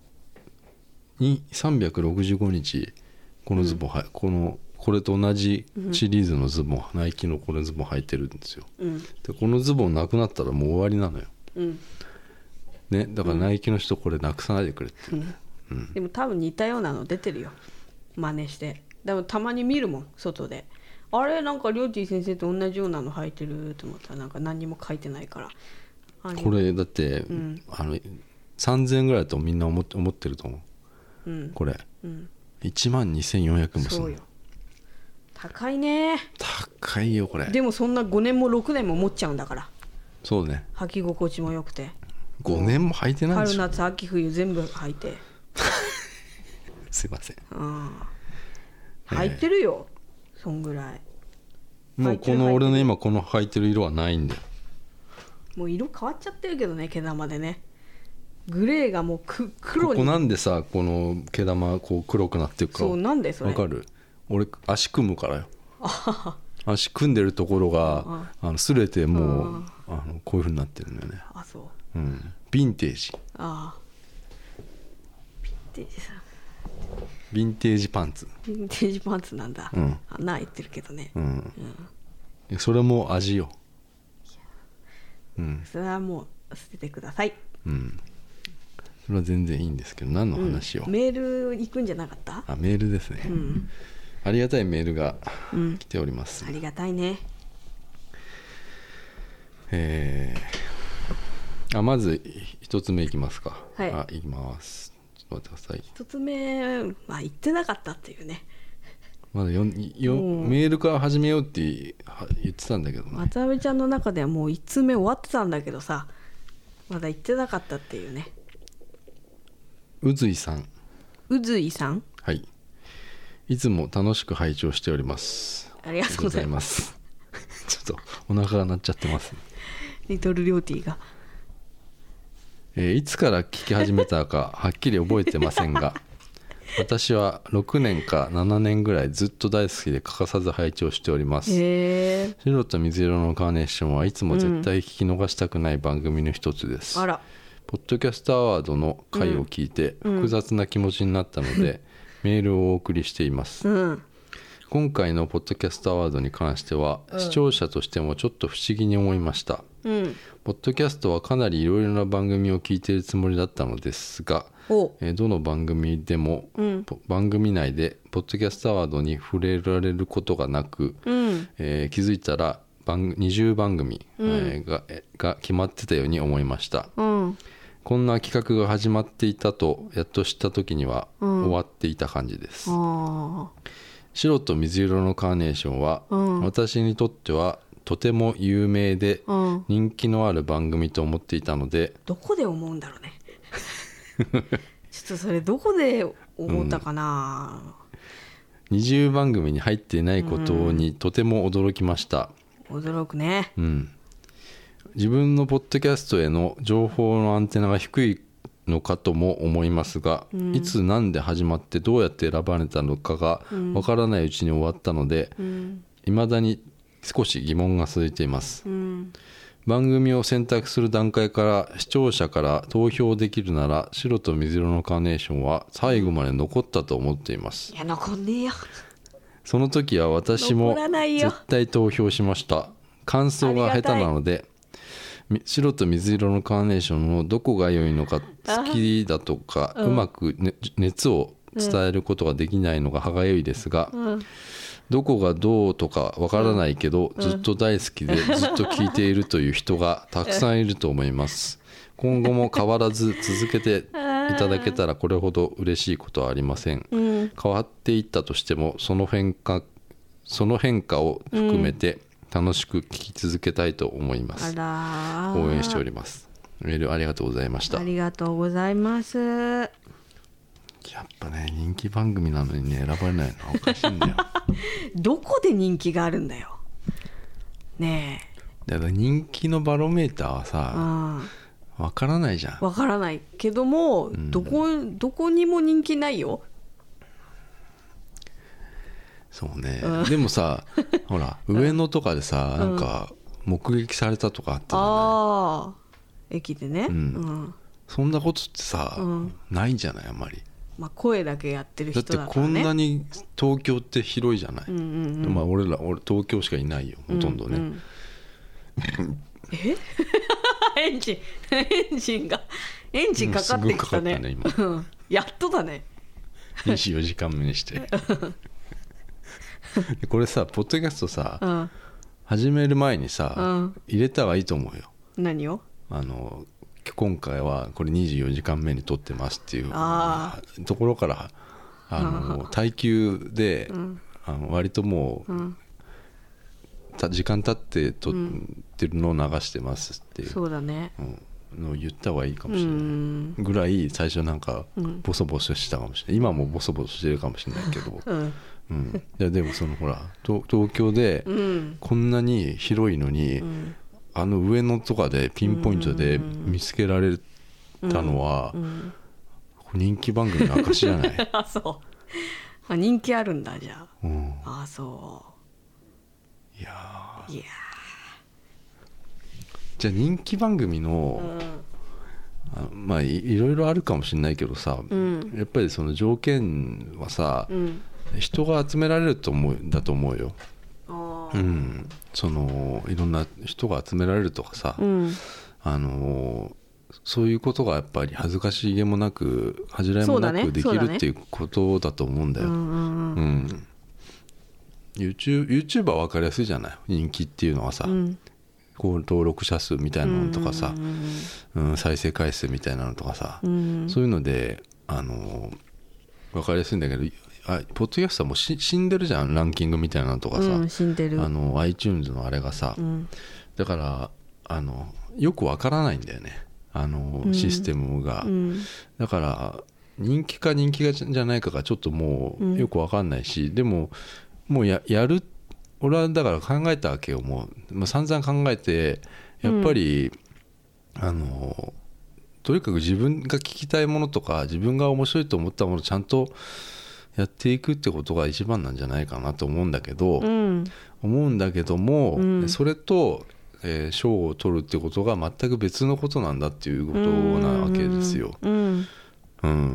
さんびゃくろくじゅうごにちこのズボン、うん、このこれと同じシリーズのズボン、うん、ナイキのこのズボン履いてるんですよ、うん、でこのズボンなくなったらもう終わりなのよ、うんね、だからナイキの人これなくさないでくれって、うんうん、でも多分似たようなの出てるよ真似してでもたまに見るもん外であれなんかりょうちぃ先生と同じようなの履いてると思ったらなんか何にも書いてないからこれだって、うん、あのさんぜんえんぐらいだとみんな思って、思ってると思う、うん、これ、うん、いちまんにせんよんひゃくえんもするの。そうよ高いね高いよこれ。 でもそんなごねんもろくねんも持っちゃうんだから。 そうね履き心地も良くてごねんも履いてないでしょ。 春夏秋冬全部履いてすいません、 うん、履いてるよ、えー、そんぐらい。 もうこの俺の今この履いてる色はないんだよ。 もう色変わっちゃってるけどね毛玉でねグレーがもうく黒に。 ここなんでさこの毛玉こう黒くなっていくか。 そうなんでそれわかる。俺足組むからよ足組んでるところがあの擦れてもうあのこういう風になってるんだよね。 あそう、 うん、ヴィンテージ。 ああヴィンテージさヴィンテージパンツ。 ヴィンテージパンツなんだ、うん、穴開いてるけどね、うんうん、それも味よ、 うん、それはもう捨ててください、 うん、それは全然いいんですけど何の話を、 うん、メール行くんじゃなかった。 あメールですね、うん、ありがたいメールが来ております、 うん、ありがたいね。 えー、あまず一つ目いきますか。 はい、 あいきます。ちょっと待ってください。 一つ目は言ってなかったっていうね。 まだよよメールから始めようって言ってたんだけどね。 渡辺ちゃんの中ではもういちつめ終わってたんだけどさまだ言ってなかったっていうね。 うずいさん。 うずいさん。 はい。いつも楽しく拝聴しております。 ありがとうございます。 ちょっとお腹が鳴っちゃってます。 リトルリョーティーが。 えー、いつから聞き始めたかはっきり覚えてませんが私はろくねんかななねんぐらいずっと大好きで欠かさず拝聴しております。 へー。 白と水色のカーネーションはいつも絶対聞き逃したくない番組の一つです、 うん、あらポッドキャストアワードの回を聞いて複雑な気持ちになったので、うん、メールをお送りしています、うん、 今回のポッドキャストアワードに関しては、うん、視聴者としてもちょっと不思議に思いました、うん、ポッドキャストはかなりいろいろな番組を聞いているつもりだったのですが、えー、どの番組でも、うん、番組内でポッドキャストアワードに触れられることがなく、うんえー、気づいたら番にじゅうばんぐみ、うんえー、が, が決まってたように思いました、うん、こんな企画が始まっていたとやっと知った時には、うん、終わっていた感じです。白と水色のカーネーションは、うん、私にとってはとても有名で人気のある番組と思っていたので、 うん、どこで思うんだろうねちょっとそれどこで思ったかな、 うん、にじゅうばんぐみに入っていないことにとても驚きました、 うん、驚くね、 うん、自分のポッドキャストへの情報のアンテナが低いのかとも思いますが、うん、いつ何で始まってどうやって選ばれたのかがわからないうちに終わったので、うん、未だに少し疑問が続いています、うん、番組を選択する段階から視聴者から投票できるなら白と水色のカーネーションは最後まで残ったと思っています。 いや残んねえよ。 その時は私も絶対投票しました。感想が下手なので白と水色のカーネーションのどこが良いのか好きだとか、うん、うまく、ね、熱を伝えることができないのが歯がゆいですが、うん、どこがどうとかわからないけど、うん、ずっと大好きでずっと聞いているという人がたくさんいると思います今後も変わらず続けていただけたらこれほど嬉しいことはありません、うん、変わっていったとしてもその変化、その変化を含めて、うん楽しく聞き続けたいと思います。 あら応援しております。メールありがとうございました。 ありがとうございます。やっぱね人気番組なのにね選ばれないのはおかしいんだよどこで人気があるんだよねえ。だから人気のバロメーターはさわからないじゃん。 わからないけども、うん、どこどこにも人気ないよ。 そうね、うん、でもさほら上野とかでさ、うん、なんか目撃されたとかあったじゃない。 あ駅でね、 うんうん、そんなことってさ、うん、ないんじゃないあんまり、 まあ、声だけやってる人だからね。 だってこんなに東京って広いじゃない、うんうんうん、まあ俺ら俺東京しかいないよほとんどね、うんうん、えエンジンエンジンがエンジンかかってきたね、うん、すごいかかったね今やっとだねにじゅうよじかんめにしてこれさポッドキャストさ、うん、始める前にさ、うん、入れた方がいいと思うよ。 何を？ あの今回はこれにじゅうよじかんめに撮ってますっていうところからあの耐久で、うん、あの割ともう、うん、時間経って撮ってるのを流してますっていう、 そうだね、 うん、のを言った方がいいかもしれないぐらい最初なんかボソボソしたかもしれない。今もボソボソしてるかもしれないけど、うんうん、いやでもそのほら 東, 東京でこんなに広いのに、うん、あの上野とかでピンポイントで見つけられたのは、うんうんうん、人気番組の証じゃないあそう、あ人気あるんだじゃあ、うん、あそういやいやじゃあ人気番組の、うん、まあ い, いろいろあるかもしれないけどさ、うん、やっぱりその条件はさ、うん人が集められると思うんだと思うよ。あ、うん、そのいろんな人が集められるとかさ、うん、あのそういうことがやっぱり恥ずかしげもなく恥じらいもなくできるっていうことだと思うんだよ。YouTube、YouTuber は分かりやすいじゃない人気っていうのはさ、うん、こう登録者数みたいなのとかさ、うん、再生回数みたいなのとかさ、うん、そういうのであの分かりやすいんだけどあポッドキャストはもうし死んでるじゃんランキングみたいなのとかさ、うん、 死んでるあの iTunes のあれがさ、うん、だからあのよくわからないんだよねあの、うん、システムが、うん、だから人気か人気じゃないかがちょっともうよくわかんないし、うん、でももう や, やる俺はだから考えたわけよもう、まあ、散々考えてやっぱり、うん、あのとにかく自分が聞きたいものとか自分が面白いと思ったものをちゃんとやっていくってことが一番なんじゃないかなと思うんだけど、うん、思うんだけども、うん、それと、えー、賞を取るってことが全く別のことなんだっていうことなわけですよ、うんうん、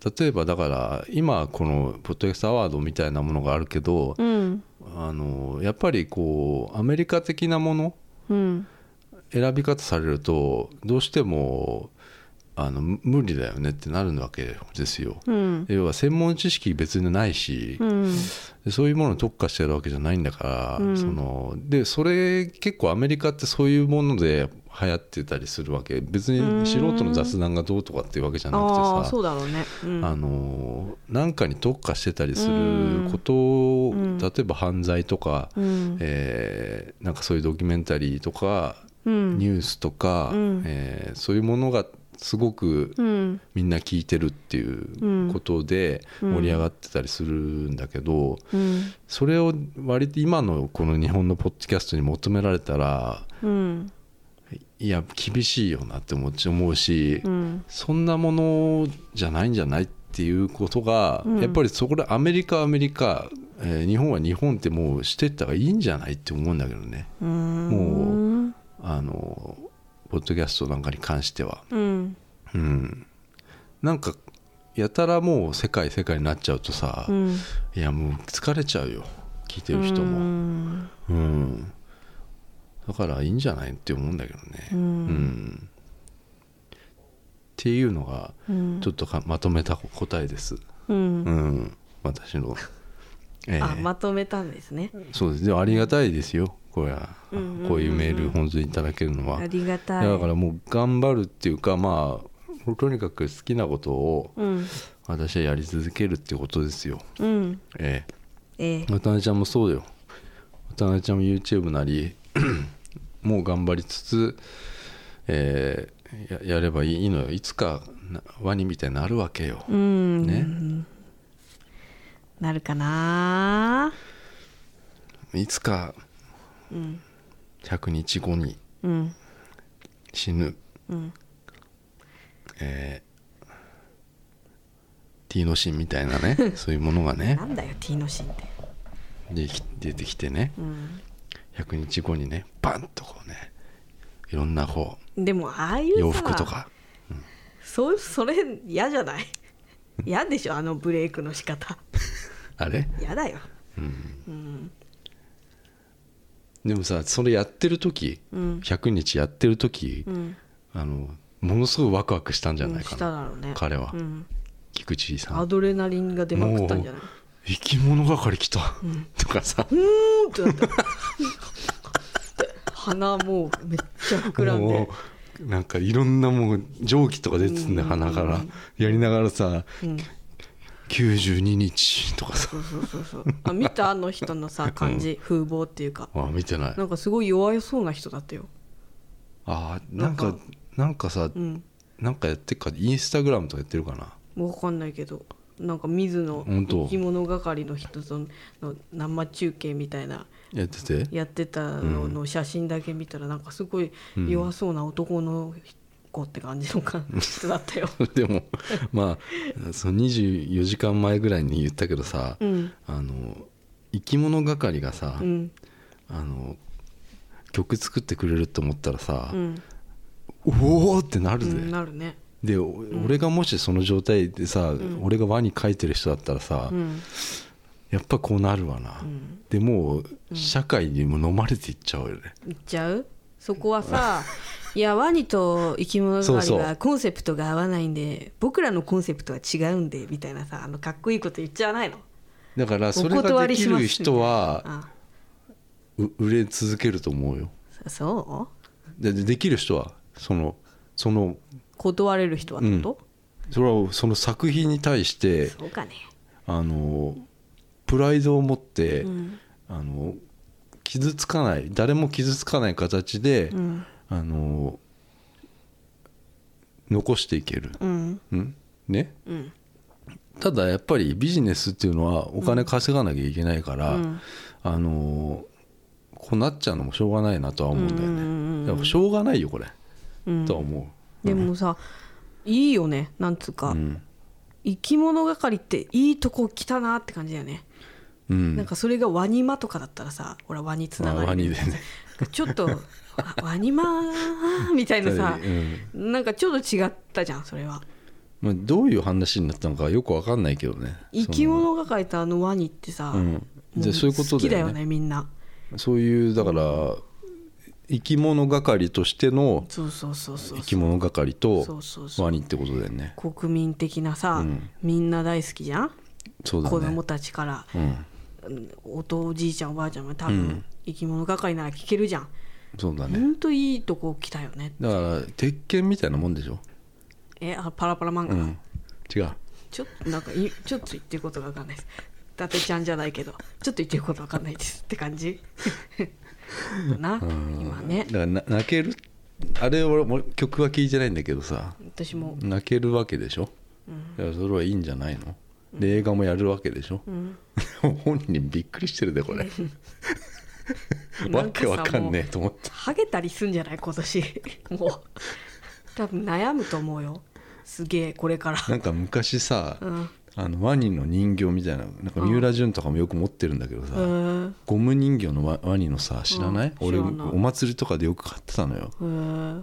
例えばだから今このポッドキャストアワードみたいなものがあるけど、 うん、 あのやっぱりこうアメリカ的なもの、 うん、 選び方されるとどうしてもあの無理だよねってなるわけですよ、うん、要は専門知識別にないし、うん、そういうものに特化してるわけじゃないんだから、うん、そのでそれ結構アメリカってそういうもので流行ってたりするわけ。別に素人の雑談がどうとかっていうわけじゃなくてさ、 あ、そうだろうね、うん、 あのなんかに特化してたりすることを、うん、例えば犯罪とか、うん、えー、なんかそういうドキュメンタリーとか、うん、ニュースとか、うん、えー、そういうものがすごくみんな聞いてるっていうことで盛り上がってたりするんだけど、うん、それを割と今のこの日本のポッドキャストに求められたら、うん、いや厳しいよなって思うし、うん、そんなものじゃないんじゃないっていうことが、うん、やっぱりそこでアメリカアメリカ、えー、日本は日本ってもうしてった方がいいんじゃないって思うんだけどね。うん、もうあのポッドキャストなんかに関しては、うんうん、なんかやたらもう世界世界になっちゃうとさ、うん、いやもう疲れちゃうよ聞いてる人も、うんうん、だからいいんじゃないって思うんだけどね、うんうん、っていうのがちょっとかまとめた答えです、うんうん、私の、 えー、あまとめたんですね。 そうです。でもありがたいですよこうや、うんうんうんうん、こういうメール本当にいただけるのはありがたい。 だからもう頑張るっていうか、まあとにかく好きなことを私はやり続けるっていうことですよ、うん、ええええ、渡辺ちゃんもそうよ。渡辺ちゃんも YouTube なりもう頑張りつつ、えー、や, やればいいのよ。いつかワニみたいになるわけよ、うんね、 なるかな。 いつかひゃくにちごに死ぬ、うん、えー、ティーノシンみたいなねそういうものがねなんだよティーノシンってで出てきてね、うん、ひゃくにちごにねバンとこうねいろんなこうでもああいう洋服とか、 うん、そ, それ嫌じゃない嫌でしょあのブレイクの仕方あれ嫌だよ、 うんうん、でもさそれやってる時、うん、ひゃくにちやってる時、うん、あのものすごいワクワクしたんじゃないかな、うん、しただろうね、彼は、うん、菊池さんアドレナリンが出まくったんじゃない。 生き物係来た、うん、とかさうーんってなった鼻もうめっちゃ膨らんでなんかいろんなもう蒸気とか出てたんだよ、鼻からやりながらさ、うん、きゅうじゅうににちとかさ、そうそうそうそうあ見たあの人のさ感じ、うん、風貌っていうか、 あ見てない。 なんかすごい弱そうな人だったよ。 あなんかなんかさ、うん、なんかやってっかインスタグラムとかやってるかな分かんないけど、なんか水野生き物係の人との生中継みたいなやっててやってたのの写真だけ見たらなんかすごい弱そうな男の子って感じの人だったよでもまあそのにじゅうよじかんまえぐらいに言ったけどさ、うん、あの生き物係がさ、うん、あの曲作ってくれると思ったらさ、うん、おおってなるぜ、うん、 なるね。 で、うん、俺がもしその状態でさ、うん、俺がワニ描いてる人だったらさ、うん、やっぱこうなるわな、うん、でもう社会にも飲まれていっちゃうよね。 いっちゃう。そこはさいやワニと生き物係はコンセプトが合わないんで僕らのコンセプトは違うんでみたいなさ、あのかっこいいこと言っちゃわないの。 だからそれができる人は売れ続けると思うよ。 そうでできる人はそのその断れる人はってこと、 うん、それはその作品に対してそうかね、 あのプライドを持って、うん、あの傷つかない誰も傷つかない形で、うん、あの残していける、うんうん、ね、うん、ただやっぱりビジネスっていうのはお金稼がなきゃいけないから、うん、あのこうなっちゃうのもしょうがないなとは思うんだよね、うんうんうん、だからしょうがないよこれ、うん、とは思う。 でもさ、うん、いいよね、なんつうか、うん、生き物係っていいとこ来たなって感じだよね、うん、なんかそれがワニマとかだったらさ、ほらワニつながりで、ワニでね、ちょっとワニマみたいなさ、うん、なんかちょっと違ったじゃんそれは。 まあ、どういう話になったのかよく分かんないけどね。 生き物が描いたあのワニってさ、うん、 じゃそういうことだよね。 好きだよねみんな。 そういうだから、うん、生き物係としての生き物係とワニってことだよね。 国民的なさ、うん、みんな大好きじゃん。 そうだね、 子供たちから、うん、おとおじいちゃんおばあちゃんは多分、うん、生き物係なら聞けるじゃん。 そうだね。 ほんといいとこ来たよね。 だから鉄拳みたいなもんでしょ。 えあパラパラ漫画、うん、 違う。 ちょっとなんかいちょっと言ってることが分かんないです。伊達ちゃんじゃないけどちょっと言ってること分かんないですって感じな今ね。 だからな泣けるあれ俺も曲は聴いてないんだけどさ、 私も泣けるわけでしょ、うん、いやそれはいいんじゃないの。で映画もやるわけでしょ、うん、本人びっくりしてるでこれわけわかんねえと思ってハゲたりすんじゃない今年もう多分悩むと思うよすげえこれから。 なんか昔さ、うん、あのワニの人形みたいな、なんか三浦淳とかもよく持ってるんだけどさ、うん、ゴム人形のワワニのさ知らない、うん、俺お祭りとかでよく買ってたのよ、うん、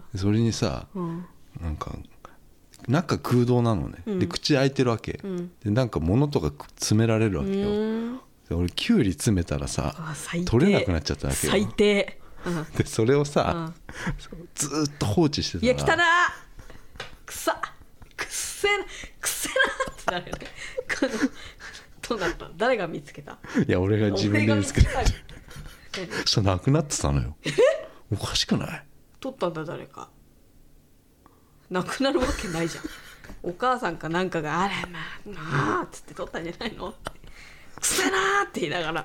それにさ、うん、なんか中空洞なのね、うん、で口開いてるわけ、うん、でなんか物とか詰められるわけよ、うん、で俺キュウリ詰めたらさ取れなくなっちゃったわけよ。 最低、 うん、でそれをさ、うん、ずーっと放置してたら、 いや汚なくさくせなくせなってなるよねどうなったの。誰が見つけた。 いや俺が自分で見つけたそしたらなくなってたのよ。おかしくない。 取ったんだ誰か。なくなるわけないじゃん。お母さんかなんかがあれまあまあっつって取ったんじゃないの。くせなーって言いながら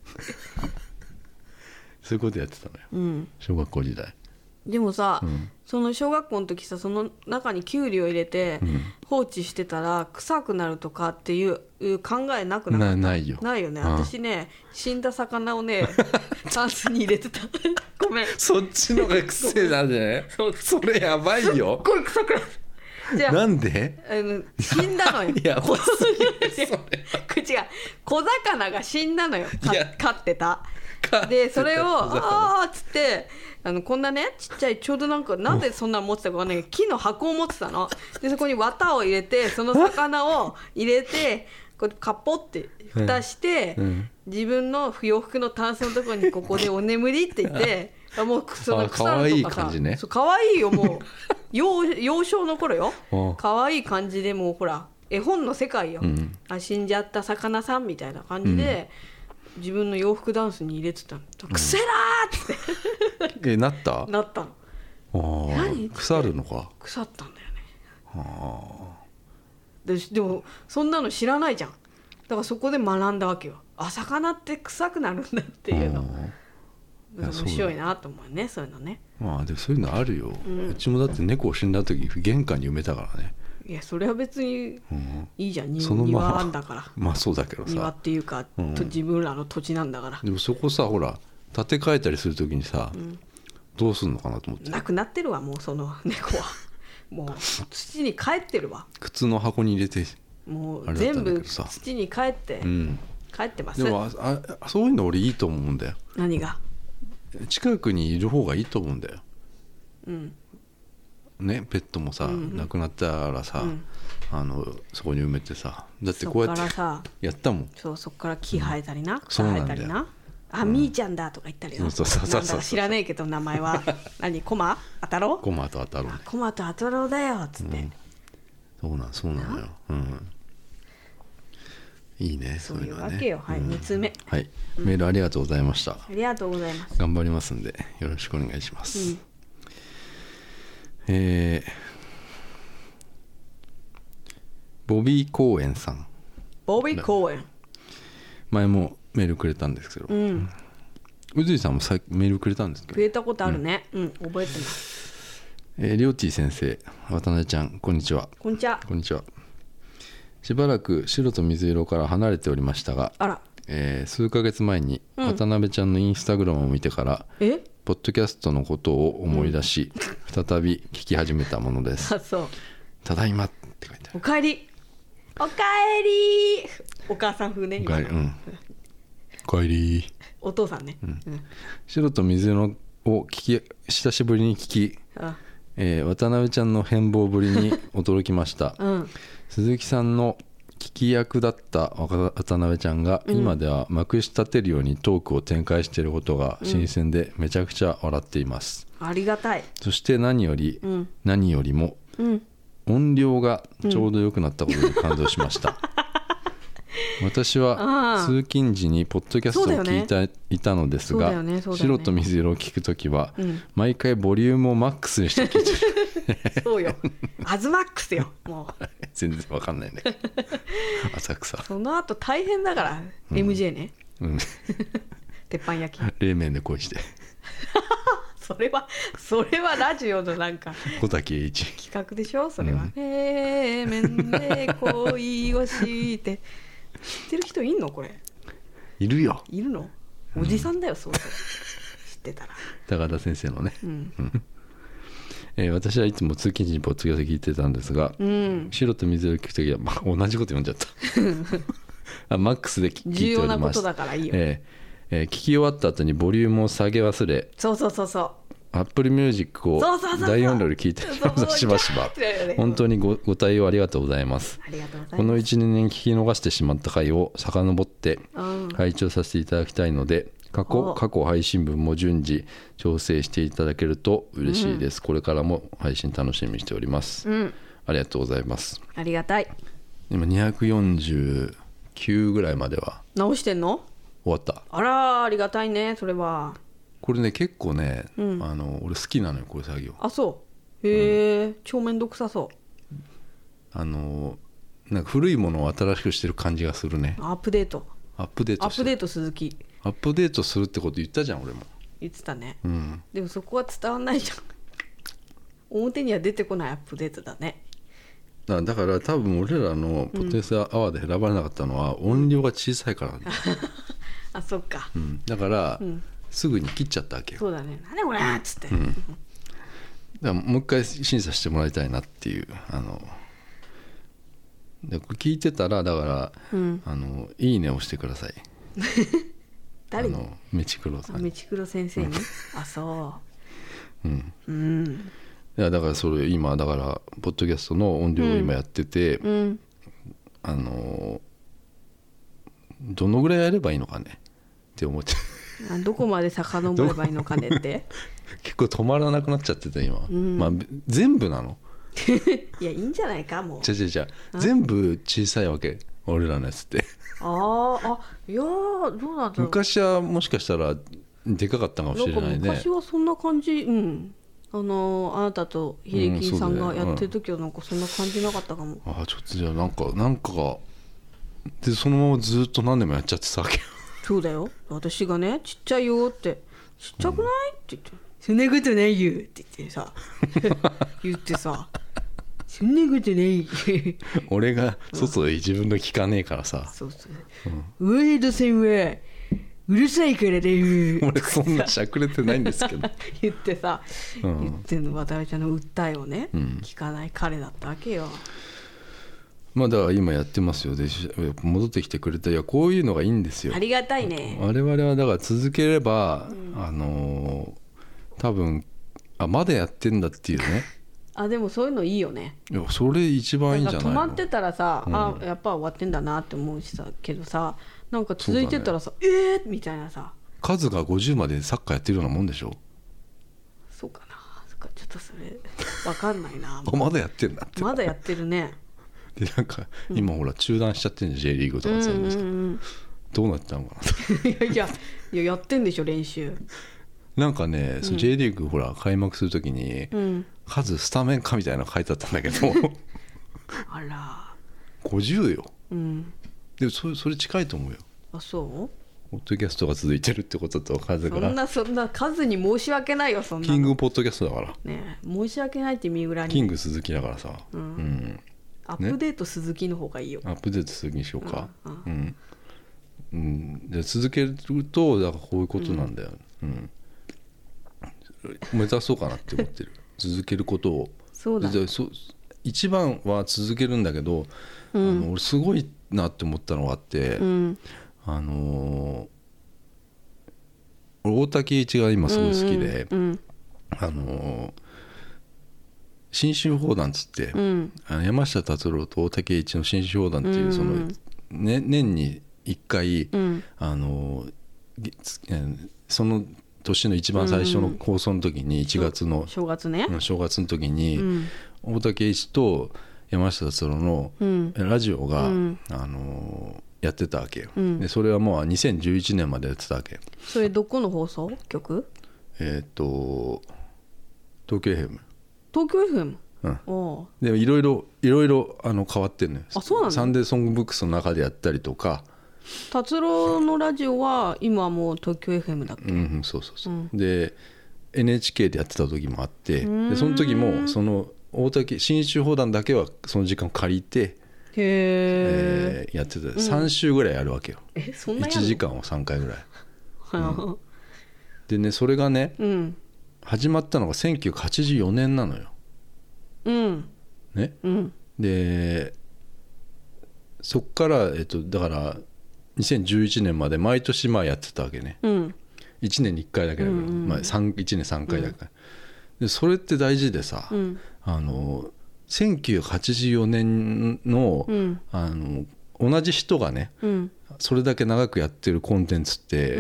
そういうことやってたのよ、うん、小学校時代。 でもさ、うん、その小学校の時さその中にキュウリを入れて放置してたら臭くなるとかっていう考えなくなかった。 な, ないよないよね、うん、私ね死んだ魚をねタンスに入れてたごめんそっちのが癖なんじゃないそ, それやばいよ。すっごい臭くなる。じゃあなんであの死んだのよ。いやこ口が小魚が死んだのよ。飼ってたでそれをあーっつってあのこんなねちっちゃいちょうどなんかなんでそんなの持ってたかわかんないけど木の箱を持ってたのでそこに綿を入れてその魚を入れてこうカッポって蓋して、うんうん、自分の不要服のタンスのところにここでお眠りって言ってもうその腐るとかさかわいい感じね。そうかわいいよもう幼, 幼少の頃よかわいい感じでもうほら絵本の世界よ、うん、あ死んじゃった魚さんみたいな感じで、うん、自分の洋服ダンスに入れてたの。くせらーってえなったなったの。 何腐るのか。 腐ったんだよね。はで, でもそんなの知らないじゃん。だからそこで学んだわけよ。あ魚って臭くなるんだっていうの。面白いなと思うねそういうのね。 まあでもそういうのあるよ、うん、うちもだって猫死んだ時玄関に埋めたからね。 いやそれは別にいいじゃん、うん、そのまま庭あんだから。 まあそうだけどさ庭っていうか、うん、自分らの土地なんだから。 でもそこさほら建て替えたりする時にさ、うん、どうすんのかなと思って。 なくなってるわもうその猫はもう土に帰ってるわ。 靴の箱に入れてもう全部土に帰って、うん、帰ってます。 でも あ, あそういうの俺いいと思うんだよ。 何が。 近くにいる方がいいと思うんだよ、うんね、ペットもさ、うんうん、亡くなったらさ、うん、あのそこに埋めてさだってこうやってやったもん。 そうそっから木生えたりな、うん、草生えたりなあ、うん、みーちゃんだとか言ったりな。そうそうそうそう知らねえけど名前は何コマあたろうコマとあたろう、ね、 コマとあたろうだよっつって、うん、 そうなんそうなのよ、うん、いいねそういうわけよ。はい、うん、につうめ、 はい、うん、メールありがとうございました。 ありがとうございます。 頑張りますんでよろしくお願いします、うん、えー、ボビー公園さん。 ボビー公園前もメールくれたんですけど、うん、宇髄さんもさメールくれたんですけどくれたことあるね、うん、うん、覚えてます。 えー、りょうてぃ先生渡辺ちゃんこんにちは。 こんにちは。 こんにちは。しばらく白と水色から離れておりましたが、あら、えー、数ヶ月前に渡辺ちゃんのインスタグラムを見てから、うん、えポッドキャストのことを思い出し、うん、再び聞き始めたものです。 あ、そう。 ただいまって書いてある。 おかえりおかえりお母さん風ね。 おかえり、うん、おかえりお父さんね、 うんうん、白と水色を聞き久しぶりに聞き、あえー、渡辺ちゃんの変貌ぶりに驚きました、 うん、 鈴木さんの聞き役だった渡辺ちゃんが今ではまくし立てるようにトークを展開していることが新鮮でめちゃくちゃ笑っています、 うん、ありがたい。 そして何より、うん、何よりも、 うん、 音量がちょうど良くなったことに感動しました、うん、私は通勤時にポッドキャストを聞いていたのですが、ねねね、白と水色を聞くときは、うん、毎回ボリュームをマックスにして聞いてるそうよ、アズマックスよもう全然わかんないんだけど浅草その後大変だから、うん、エムジェー ね、うん、鉄板焼き冷麺で恋してそれはそれはラジオのなんか小竹栄一企画でしょそれは、うん、冷麺で恋をして知ってる人いんのこれ。 いるよ。 いるの。おじさんだよ、うん、そうそう知ってたら高田先生のね、 うんえー、私はいつも通勤時にポッドキャスト聞いてたんですが、うん、白と水を聞くときは、まあ、同じこと読んじゃったあマックスで聞いております。 重要なことだからいいよ、 えーえー、聞き終わった後にボリュームを下げ忘れ、 そうそうそうそうアップルミュージックを大音量で聞いてしばしば本当に ご, ご対応ありがとうございます。 ありがとうございます。 この いち,に 年聞き逃してしまった回を遡って拝聴させていただきたいので、過去過去配信分も順次調整していただけると嬉しいです、うん、これからも配信楽しみにしております、うん、ありがとうございます。 ありがたい。 今にひゃくよんじゅうきゅうぐらいまでは直してんの。 終わった。 あらありがたいね。それはこれね結構ね、うん、あの俺好きなのよこういう作業。 あそうへえ、うん、超めんどくさそう。 あのなんか古いものを新しくしてる感じがするね。 アップデートアップデートアップデート鈴木アップデートするってこと言ったじゃん俺も。 言ってたね、 うん、 でもそこは伝わんないじゃん表には出てこないアップデートだね。 だだから多分俺らのポッドキャストアワーで選ばれなかったのは音量が小さいからなんだ、うん、 あそっか、 うん、だから、うんすぐに切っちゃったわけよ。 そうだね。なんでこれっつって、うん、 だからもう一回審査してもらいたいなっていう。あのでこれ聞いてたらだから、うん、あのいいねをしてください誰に。 あのメチクロさんに。 メチクロ先生にあそう、 うんうん、 いやだからそれ今だからポッドキャストの音量を今やってて、うん、あのどのぐらいやればいいのかねって思ってどこまで遡ればいいのかねって結構止まらなくなっちゃってた今、うんまあ、全部なのいやいいんじゃないかもう。 じゃじゃじゃ全部小さいわけ俺らのやつってああいやどうなんだろう。 昔はもしかしたらでかかったかもしれないね。なんか昔はそんな感じ。うんあのあなたと秀樹さんがやってる時はなんかそんな感じなかったかも、うんああちょっとじゃあなんかなんかがでそのままずっと何年もやっちゃってたわけよ。 そうだよ私がねちっちゃいよってちっちゃくない、うん、って言ってそんなことないよって言ってさ言ってさそんなことない俺が外で自分の聞かねえからさ、 うん、そうそうワイド線はうるさいからだよ俺そんなしゃくれてないんですけど言ってさ、うん、言ってんの渡辺ちゃんの訴えをね、うん、聞かない彼だったわけよ。 まあだから今やってますよ。で戻ってきてくれた。いやこういうのがいいんですよ。 ありがたいね。 我々はだから続ければ、うん、あのー、多分あまだやってんだっていうねあでもそういうのいいよね。 いやそれ一番いいんじゃないの。 止まってたらさ、うん、あやっぱ終わってんだなって思うしさけどさなんか続いてたらさ、ね、えーみたいなさ数がごじゅうまでサッカーやってるようなもんでしょ。 そうかなそっかちょっとそれ分かんないなまだやってんだってまだやってるねでなんか今ほら中断しちゃってるんじゃん、うん、J リーグとか全部さ、うんうんうん、どうなったのかないやいやいややってんでしょ練習。 なんかね、うん、J リーグほら開幕するときに、うん、数スタメンかみたいなの書いてあったんだけどあらごじゅうよ、 うん、 でもそれ、それ近いと思うよ。 あそうポッドキャストが続いてるってことと数がそんなそんな数に申し訳ないよそんなキングポッドキャストだからね申し訳ないって身裏にキング鈴木だからさ、 うんうん、アップデート鈴木の方がいいよ、 ね、アップデート鈴木にしようか、うんうんうん、で続けるとだからこういうことなんだよ、うんうん、目指そうかなって思ってる続けることを。 そうだでそ一番は続けるんだけど、うん、あの俺すごいなって思ったのがあって、うん、あのー、俺大竹一が今すごい好きで、うんうんうん、あのー、 新春砲弾つって、うん、あの山下達郎と大竹栄一の新春砲弾っていうその、うんね、年にいっかい、うん、あのその年の一番最初の放送の時にいちがつの、 うん、正月ね正月の時に、うん、大竹栄一と山下達郎のラジオが、うん、あのやってたわけよ、うん、でそれはもうにせんじゅういちねんまでやってたわけ。 それどこの放送局？ えっ、ー、と東京 エフエム。 東京 エフエム？ うん、でいろいろいろいろあの変わってんのよ。 あ、そうなの？ サンデーソングブックスの中でやったりとか。 達郎のラジオは今もう東京 エフエム だっけ？ うん、そうそうそう、うん、で エヌエイチケー でやってた時もあって、でその時もその大竹新春砲弾だけはその時間借りてへ、えー、やってた、うん、さん週ぐらいやるわけよ。 え、そんなやるの？ いちじかんをさんかいぐらい、うん、でねそれがね、うん、始まったのがせんきゅうひゃくはちじゅうよねんなのよ、うんねうん、でそっから、えっと、だからにせんじゅういちねんまで毎年まあやってたわけね、うん、いちねんにいっかいだけだから、うんうんまあ、いちねんさんかいだから、うん、でそれって大事でさ、うん、あのせんきゅうひゃくはちじゅうよねん の,、うん、あの同じ人がね、うん、それだけ長くやってるコンテンツって、うん、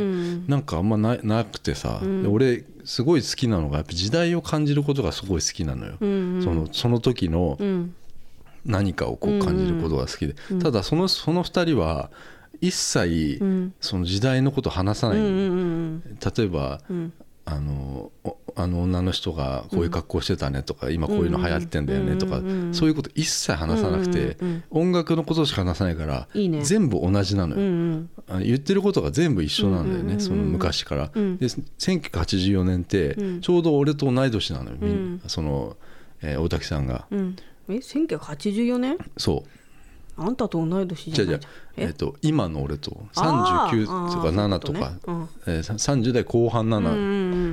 なんかあんま な, なくてさ、うん、俺すごい好きなのがやっぱ時代を感じることがすごい好きなのよ、うんうん、その、その時の何かをこう感じることが好きで、うんうん、ただその、そのふたりは一切その時代のことを話さない、うん、例えば、うん、あのあの女の人がこういう格好してたねとか、うん、今こういうの流行ってんだよねとか、うん、そういうこと一切話さなくて、うん、音楽のことしか話さないからいい、ね、全部同じなのよ、うん、言ってることが全部一緒なんだよね、うん、その昔から、うん、でせんきゅうひゃくはちじゅうよねんってちょうど俺と同い年なのよ、うん、その、えー、大竹さんが、うん、 えせんきゅうひゃくはちじゅうよねん？そうあんたと同い年じゃないじゃん。 えー、と今の俺とさんじゅうきゅうとかななとか、ねうんえー、さんじゅう代後半なな、うんうん、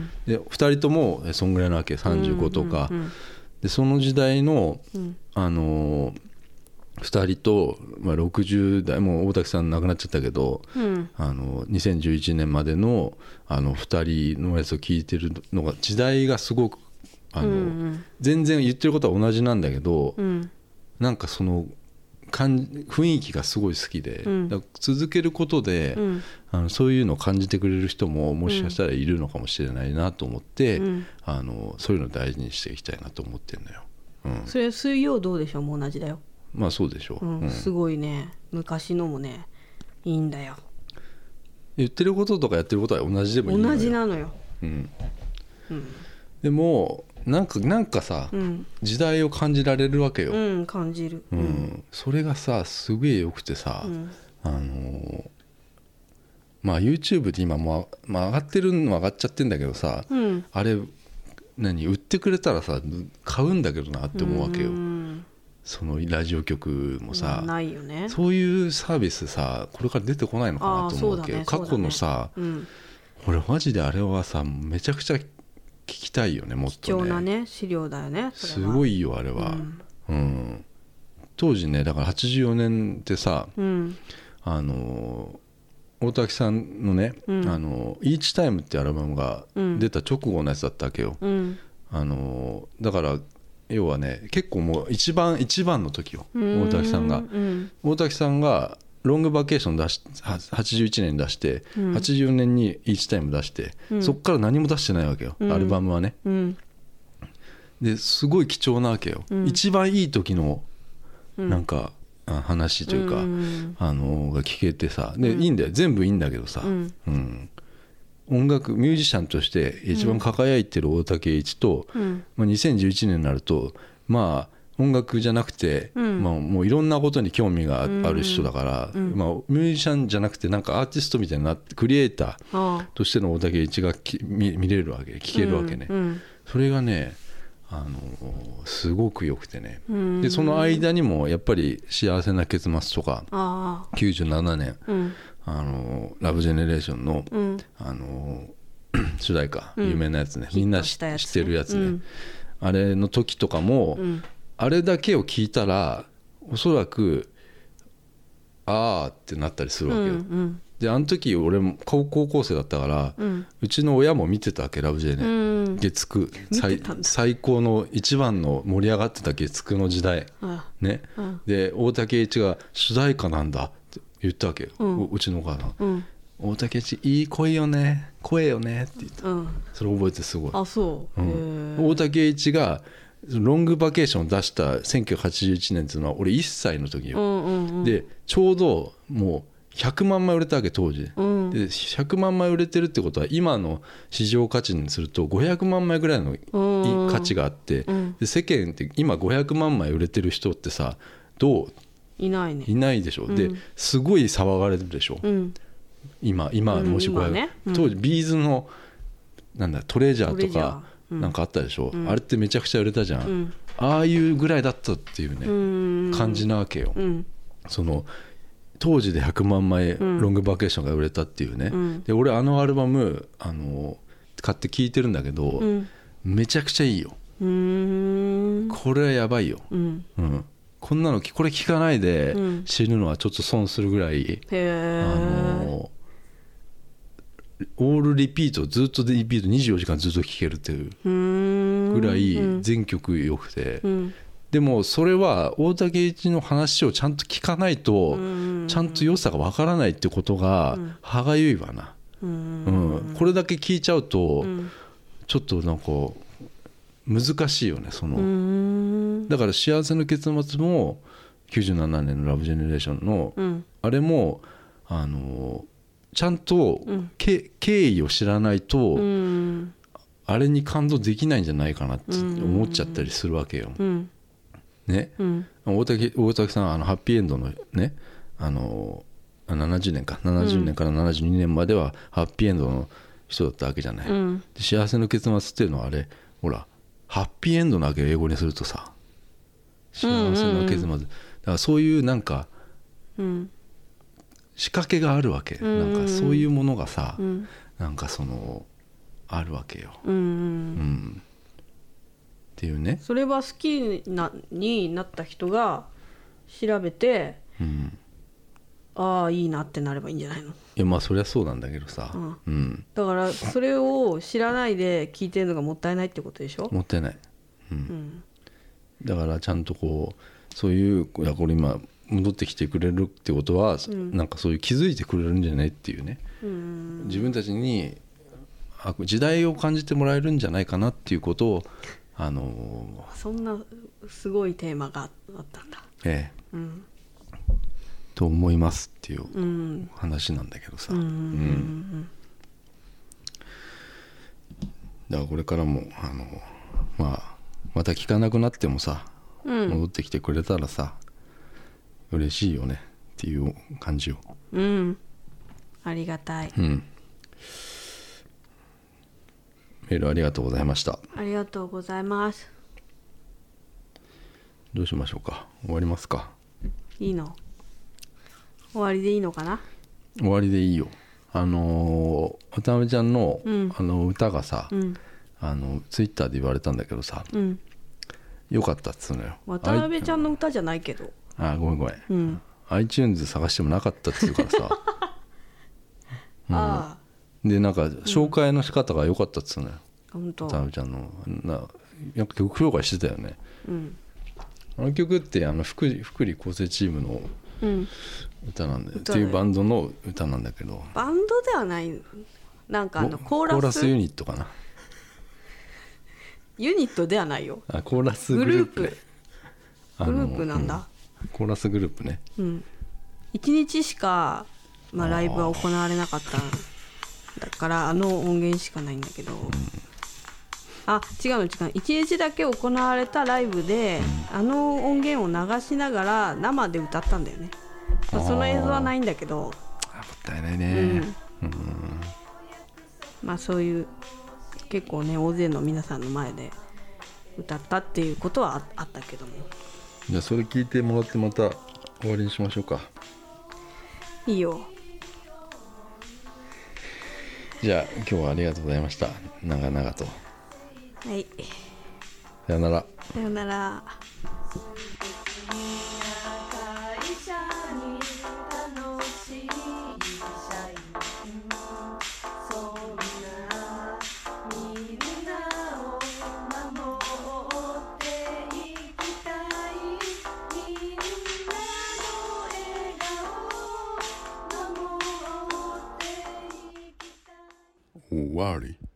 でふたりともそんぐらいなわけさんじゅうごとか、うんうんうん、でその時代の、うんあのー、ふたりと、まあ、ろくじゅう代もう大竹さん亡くなっちゃったけど、うん、あのにせんじゅういちねんまで の, あのふたりのやつを聞いてるのが時代がすごくあの、うんうん、全然言ってることは同じなんだけど、うん、なんかその雰囲気がすごい好きで、うん、だから続けることで、うん、あのそういうのを感じてくれる人ももしかしたらいるのかもしれないなと思って、うん、あのそういうのを大事にしていきたいなと思ってるのよ、うん、 それ水曜どうでしょうも同じだよ。 まあそうでしょう、 うんうん、すごいね昔のもねいいんだよ。 言ってることとかやってることは同じでもいいのよ。 同じなのよ、 うんうん、でもなんか、なんかさ、うん、時代を感じられるわけよ、 うん、感じる、 うんうん、それがさすげえよくてさ、うん、あのー、まあ YouTube で今もう、まあ、上がってるのは上がっちゃってんだけどさ、うん、あれ何売ってくれたらさ買うんだけどなって思うわけよ、うん、そのラジオ局もさ、 ないよね、 そういうサービスさこれから出てこないのかなと思うわけよ、ね、過去のさ、ねうん、俺マジであれはさめちゃくちゃ聞きたいよね、もっとね貴重なね資料だよねそれは。すごいよあれは、うんうん、当時ねだからはちじゅうよねんってさ、うん、あの大竹さんのね、うん、あのイーチタイムってアルバムが出た直後のやつだったわけよ、うん、あのだから要はね結構もう一番一番の時よ大竹さんが、うん、大竹さんがロングバケーション出しはちじゅういちねんに出して、うん、はちじゅうよねんにイーチタイム出して、うん、そっから何も出してないわけよ、うん、アルバムはね、うん、ですごい貴重なわけよ、うん、一番いい時のなんか、うん、話というか、うん、あのが聞けてさで、うん、いいんだよ全部いいんだけどさ、うんうん、音楽ミュージシャンとして一番輝いてる大竹栄一と、うんまあ、にせんじゅういちねんになるとまあ音楽じゃなくて、うんまあ、もういろんなことに興味がある人だから、うんまあ、ミュージシャンじゃなくてなんかアーティストみたいになってクリエイターとしての大竹栄一が見, 見れるわけ聞けるわけね、うんうん、それがねあのすごく良くてね、うん、でその間にもやっぱり幸せな結末とかきゅうじゅうななねん、うん、あのラブジェネレーション の,、うん、あの主題歌、うん、有名なやつねみんな知ってるやつね、うん、あれの時とかも、うんあれだけを聞いたらおそらくあーってなったりするわけよ、うんうん、であの時俺も高校生だったから、うん、うちの親も見てたわけラブ J ね、うん、月9 最, 最高の一番の盛り上がってた月9の時代、ね、うん、で大竹栄一が主題歌なんだって言ったわけよ、うん、う, うちのお母さん、うん、大竹栄一いい声よね声よねって言った、うん、それ覚えてすごい。 あそう、うん、 大竹栄一がロングバケーションを出したせんきゅうひゃくはちじゅういちねんっていうのは俺いっさいの時よ、うんうんうん、でちょうどもうひゃくまんまい売れたわけ当時、うん、でひゃくまんまい売れてるってことは今の市場価値にするとごひゃくまんまいぐらいの価値があって、うん、で世間って今ごひゃくまんまい売れてる人ってさどういないねいないでしょ、うん、ですごい騒がれるでしょ、うん、今今もしごひゃく、うんねうん、当時ビーズのなんだトレジャーとかなんかあったでしょ、うん、あれってめちゃくちゃ売れたじゃん、うん、ああいうぐらいだったっていうね、うん、感じなわけよ、うん、その当時でひゃくまんまいロングバケーションが売れたっていうね、うん、で俺あのアルバムあの買って聴いてるんだけど、うん、めちゃくちゃいいよ、うん、これはやばいよ、うんうん、こんなのこれ聴かないで死ぬのはちょっと損するぐらい、うん、あのオールリピートずっとリピートにじゅうよじかんずっと聴けるっていうぐらい全曲良くて、うん、でもそれは大竹栄一の話をちゃんと聞かないとちゃんと良さがわからないってことが歯がゆいわな、うんうん、これだけ聞いちゃうとちょっとなんか難しいよねそのだから幸せの結末もきゅうじゅうななねんのラブジェネレーションの、うん、あれもあのちゃんと、うん、経緯を知らないと、うん、あれに感動できないんじゃないかなって思っちゃったりするわけよ、うんねうん、大竹、大竹さんはあのハッピーエンドのねあのななじゅうねんかななじゅうねんからななじゅうにねんまではハッピーエンドの人だったわけじゃない、うん、で幸せの結末っていうのはあれほらハッピーエンドなわけ英語にするとさ幸せの結末、うんうんうん、だからそういうなんか、うん仕掛けがあるわけ、うんうん、なんかそういうものがさ、うん、なんかそのあるわけよ、うんうんうん、っていうねそれは好きなになった人が調べて、うん、ああいいなってなればいいんじゃないの。いやまあそりゃそうなんだけどさ、うんうん、 だからそれを知らないで聞いてるのがもったいないってことでしょ。 もったいない、うんうん、だからちゃんとこうそういういやこれ今戻ってきてくれるってことは、うん、なんかそういう気づいてくれるんじゃないっていうね、うん、自分たちに時代を感じてもらえるんじゃないかなっていうことをあのー、そんなすごいテーマがあったんだ、 ええうん、と思いますっていう話なんだけどさ、うんうん、だからこれからもあの、まあ、また聞かなくなってもさ、うん、戻ってきてくれたらさ嬉しいよねっていう感じよ。 うんありがたい、うん、 メールありがとうございました。 ありがとうございます。 どうしましょうか。終わりますか。 いいの終わりでいいのかな。 終わりでいいよ。あのー、渡辺ちゃんの、うん、あの歌がさ、うん、あのツイッターで言われたんだけどさ、うん、よかったっつうのよ。 渡辺ちゃんの歌じゃないけどあごめんごめん、うん、iTunes 探してもなかったっていうからさ、うん、あでなんか紹介の仕方が良かったっつうのよ、うん、渡辺ちゃんのななんか曲紹介してたよね、うん、あの曲ってあの福利福利厚生チームの歌なんだよ、うん、っていうバンドの歌なんだけどバンドではないなんかあのコーラスコーラスユニットかなユニットではないよ。 あコーラスグループ、ね、 グループグループなんだ、うんコーラスグループね、うん、 いちにちしか、まあ、ライブは行われなかっただからあの音源しかないんだけど、うん、あ違うの違ういちにちだけ行われたライブで、うん、あの音源を流しながら生で歌ったんだよね。その映像はないんだけどもったいないね、うんうん、 まあそういう結構ね大勢の皆さんの前で歌ったっていうことは あ, あったけどもじゃあそれ聞いてもらってまた終わりにしましょうか。 いいよ。 じゃあ今日はありがとうございました。長々と。 はい。 さよなら。 さよなら。 worry